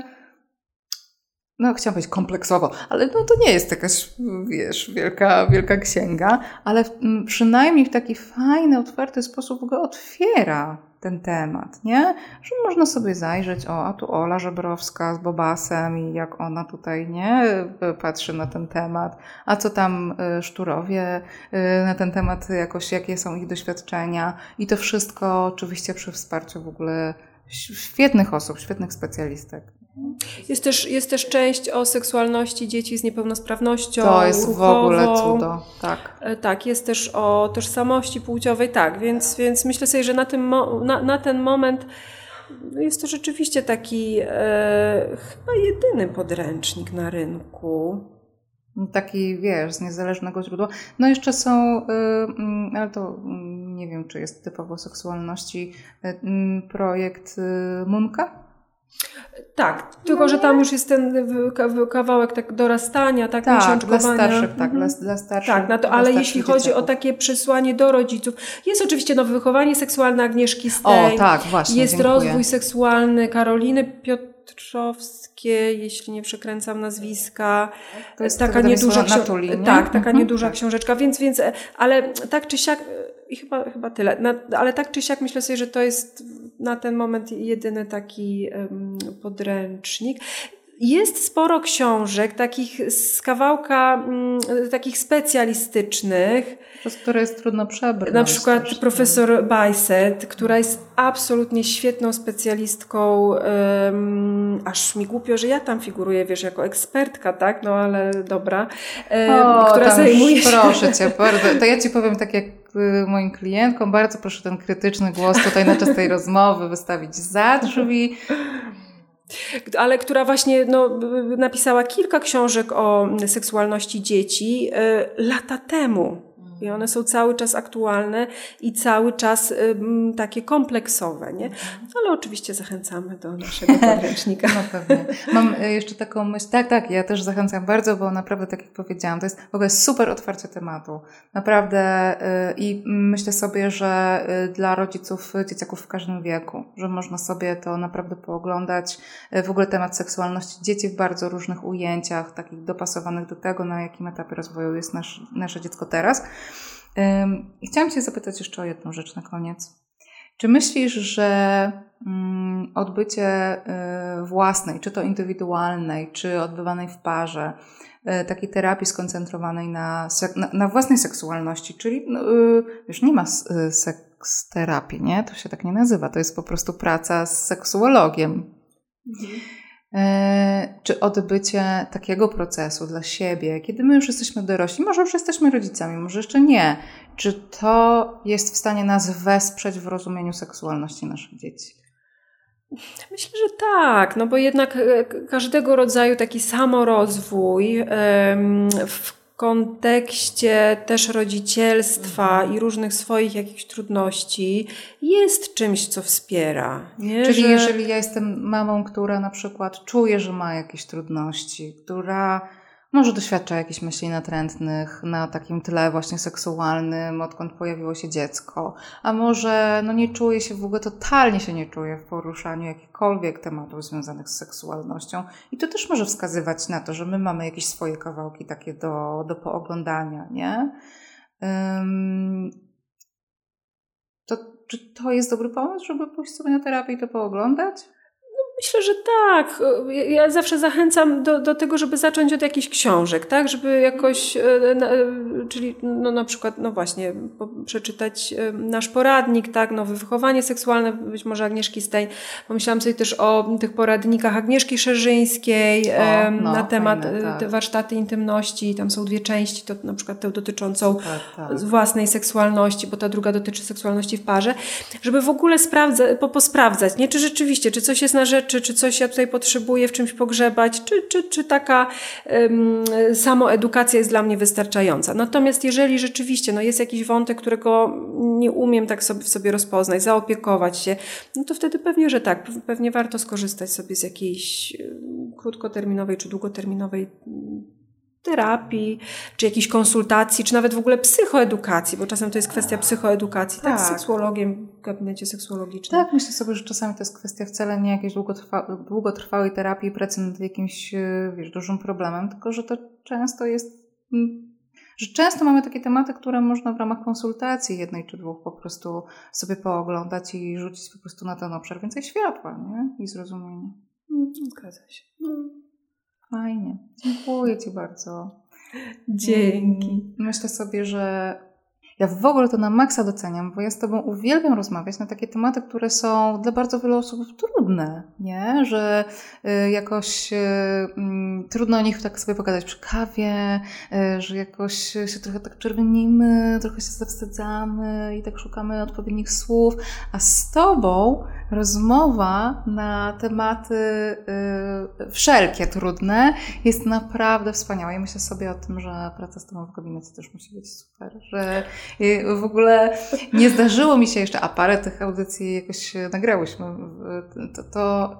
no chciałam powiedzieć kompleksowo, ale no to nie jest jakaś, wiesz, wielka, wielka księga, ale w, przynajmniej w taki fajny, otwarty sposób w ogóle otwiera ten temat, nie? Że można sobie zajrzeć, o, a tu Ola Żebrowska z Bobasem i jak ona tutaj, nie, patrzy na ten temat, a co tam Szturowie na ten temat jakoś, jakie są ich doświadczenia i to wszystko oczywiście przy wsparciu w ogóle świetnych osób, świetnych specjalistek. Jest też, jest też część o seksualności dzieci z niepełnosprawnością To jest ruchową. w ogóle cudo, tak. Tak, jest też o tożsamości płciowej, tak, więc, więc myślę sobie, że na, tym mo- na, na ten moment jest to rzeczywiście taki e, chyba jedyny podręcznik na rynku. Taki, wiesz, z niezależnego źródła. No jeszcze są, yy, ale to nie wiem, czy jest typowo o seksualności, yy, projekt yy, Munka. Tak, tylko no że tam już jest ten kawałek tak dorastania, tak, tak dla starszych, tak, mhm. dla, dla starszych. Tak, no to, ale jeśli chodzi dzieciaków. o takie przesłanie do rodziców, jest oczywiście nowe wychowanie seksualne Agnieszki Stej. O, tak, właśnie, jest dziękuję. rozwój seksualny Karoliny Piotrowskiej, jeśli nie przekręcam nazwiska. To jest taka nieduża książeczka. Tak, taka mhm. nieduża książeczka, więc, więc, ale tak czy siak, i chyba, chyba tyle, na, ale tak czy siak myślę sobie, że to jest na ten moment jedyny taki um, podręcznik. Jest sporo książek, takich z kawałka, m, takich specjalistycznych. Przez które jest trudno przebrnąć. Na przykład też, profesor Bajset, która jest absolutnie świetną specjalistką, um, aż mi głupio, że ja tam figuruję, wiesz, jako ekspertka, tak? No ale dobra. Um, o, która tam zajmuje się... proszę Cię, bardzo. To ja Ci powiem tak jak moim klientkom, bardzo proszę ten krytyczny głos tutaj na czas tej rozmowy wystawić za drzwi. Ale która właśnie no, napisała kilka książek o seksualności dzieci y, lata temu. I one są cały czas aktualne i cały czas y, takie kompleksowe, nie? Ale oczywiście zachęcamy do naszego podręcznika. No pewnie. Mam jeszcze taką myśl, tak, tak, ja też zachęcam bardzo, bo naprawdę, tak jak powiedziałam, to jest w ogóle super otwarcie tematu. Naprawdę y, i myślę sobie, że y, dla rodziców dzieciaków w każdym wieku, że można sobie to naprawdę pooglądać. Y, w ogóle temat seksualności dzieci w bardzo różnych ujęciach, takich dopasowanych do tego, na jakim etapie rozwoju jest nasz, nasze dziecko teraz. I chciałam Cię zapytać jeszcze o jedną rzecz na koniec. Czy myślisz, że odbycie własnej, czy to indywidualnej, czy odbywanej w parze, takiej terapii skoncentrowanej na, na, na własnej seksualności, czyli no, już nie ma seks terapii, nie? To się tak nie nazywa, to jest po prostu praca z seksuologiem. Mhm. Czy odbycie takiego procesu dla siebie, kiedy my już jesteśmy dorośli, może już jesteśmy rodzicami, może jeszcze nie, czy to jest w stanie nas wesprzeć w rozumieniu seksualności naszych dzieci? Myślę, że tak, no bo jednak każdego rodzaju taki samorozwój w kontekście też rodzicielstwa i różnych swoich jakichś trudności jest czymś, co wspiera. Nie? Czyli że... jeżeli ja jestem mamą, która na przykład czuje, że ma jakieś trudności, która może doświadcza jakichś myśli natrętnych na takim tle właśnie seksualnym, odkąd pojawiło się dziecko, a może no nie czuje się w ogóle, totalnie się nie czuje w poruszaniu jakichkolwiek tematów związanych z seksualnością i to też może wskazywać na to, że my mamy jakieś swoje kawałki takie do, do pooglądania, nie? Um, to, czy to jest dobry pomysł, żeby pójść sobie na terapię i to pooglądać? Myślę, że tak. Ja zawsze zachęcam do, do tego, żeby zacząć od jakichś książek, tak? Żeby jakoś, czyli no na przykład, no właśnie, przeczytać nasz poradnik, tak? Nowe wychowanie seksualne, być może Agnieszki Stein. Pomyślałam sobie też o tych poradnikach Agnieszki Szerzyńskiej o, no, na temat fajne, tak. Te warsztaty intymności. Tam są dwie części, to na przykład tę dotyczącą Super, tak. własnej seksualności, bo ta druga dotyczy seksualności w parze. Żeby w ogóle sprawdza, po, posprawdzać, nie? Czy rzeczywiście, czy coś jest na rzecz, Czy, czy coś ja tutaj potrzebuję w czymś pogrzebać, czy, czy, czy taka um, samoedukacja jest dla mnie wystarczająca. Natomiast jeżeli rzeczywiście no, jest jakiś wątek, którego nie umiem tak sobie w sobie rozpoznać, zaopiekować się, no to wtedy pewnie, że tak, pewnie warto skorzystać sobie z jakiejś krótkoterminowej czy długoterminowej terapii, czy jakiejś konsultacji, czy nawet w ogóle psychoedukacji, bo czasem to jest kwestia psychoedukacji, tak, tak z seksuologiem w gabinecie seksuologicznym. Tak, myślę sobie, że czasami to jest kwestia wcale nie jakiejś długotrwa- długotrwałej terapii, pracy nad jakimś, wiesz, dużym problemem, tylko że to często jest, że często mamy takie tematy, które można w ramach konsultacji jednej czy dwóch po prostu sobie pooglądać i rzucić po prostu na ten obszar więcej światła, nie? I zrozumienia. Zgadza się. No. Fajnie. Dziękuję Ci bardzo. Dzięki. Myślę sobie, że ja w ogóle to na maksa doceniam, bo ja z Tobą uwielbiam rozmawiać na takie tematy, które są dla bardzo wielu osób trudne, nie? Że y, jakoś y, y, trudno o nich tak sobie pogadać przy kawie, y, że jakoś się trochę tak czerwienimy, trochę się zawstydzamy i tak szukamy odpowiednich słów, a z Tobą rozmowa na tematy y, wszelkie trudne jest naprawdę wspaniała i myślę sobie o tym, że praca z Tobą w gabinecie też musi być super, że w ogóle nie zdarzyło mi się jeszcze, a parę tych audycji jakoś nagrałyśmy, to, to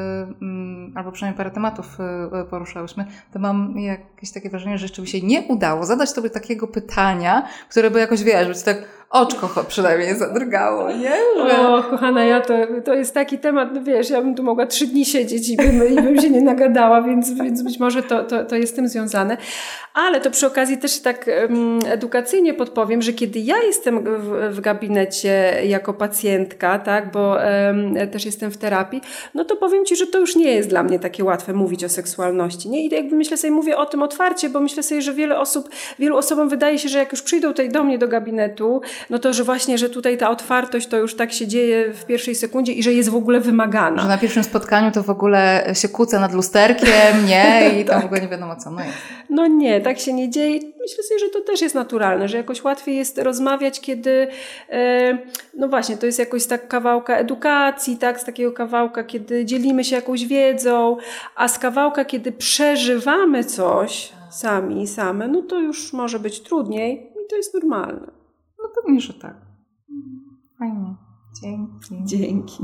yy, albo przynajmniej parę tematów yy, poruszałyśmy, to mam jakieś takie wrażenie, że jeszcze mi się nie udało zadać Tobie takiego pytania, które by jakoś, wiesz, być tak oczko przynajmniej zadrgało, nie? Że... O, kochana, ja to, to jest taki temat, no wiesz, ja bym tu mogła trzy dni siedzieć i bym, i bym się nie nagadała, więc, więc być może to, to, to jest z tym związane. Ale to przy okazji też tak um, edukacyjnie podpowiem, że kiedy ja jestem w, w gabinecie jako pacjentka, tak, bo um, też jestem w terapii, no to powiem Ci, że to już nie jest dla mnie takie łatwe mówić o seksualności, nie? I jakby myślę sobie, mówię o tym otwarcie, bo myślę sobie, że wiele osób, wielu osobom wydaje się, że jak już przyjdą tutaj do mnie do gabinetu, no to, że właśnie, że tutaj ta otwartość to już tak się dzieje w pierwszej sekundzie i że jest w ogóle wymagana. Że na pierwszym spotkaniu to w ogóle się kłócę nad lusterkiem, nie? I tam tak. w ogóle nie wiadomo co. No, jest. no nie, tak się nie dzieje. Myślę sobie, że to też jest naturalne, że jakoś łatwiej jest rozmawiać, kiedy e, no właśnie, to jest jakoś tak kawałka edukacji, tak, z takiego kawałka, kiedy dzielimy się jakąś wiedzą, a z kawałka, kiedy przeżywamy coś sami, same, no to już może być trudniej i to jest normalne. No pewnie, że tak. Fajnie. Dzięki. Dzięki.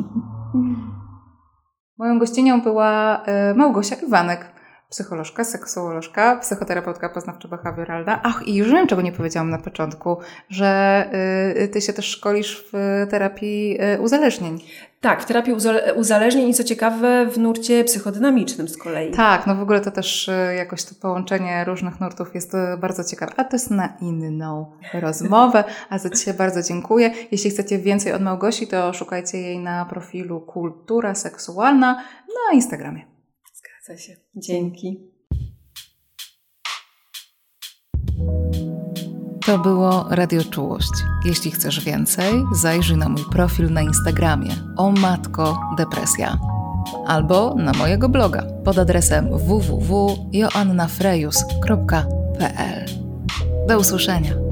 Moją gościnią była Małgosia Iwanek, psycholożka, seksuolożka, psychoterapeutka poznawczo-behawioralna. Ach, i już wiem, czego nie powiedziałam na początku, że y, ty się też szkolisz w terapii y, uzależnień. Tak, w terapii uzale- uzależnień i co ciekawe w nurcie psychodynamicznym z kolei. Tak, no w ogóle to też y, jakoś to połączenie różnych nurtów jest y, bardzo ciekawe. A to jest na inną rozmowę, a za dzisiaj bardzo dziękuję. Jeśli chcecie więcej od Małgosi, to szukajcie jej na profilu Kultura Seksualna na Instagramie. Zgadza się. Dzięki. To było Radio Czułość. Jeśli chcesz więcej, zajrzyj na mój profil na Instagramie O Matko Depresja albo na mojego bloga pod adresem w w w kropka joanna frejus kropka p l. Do usłyszenia.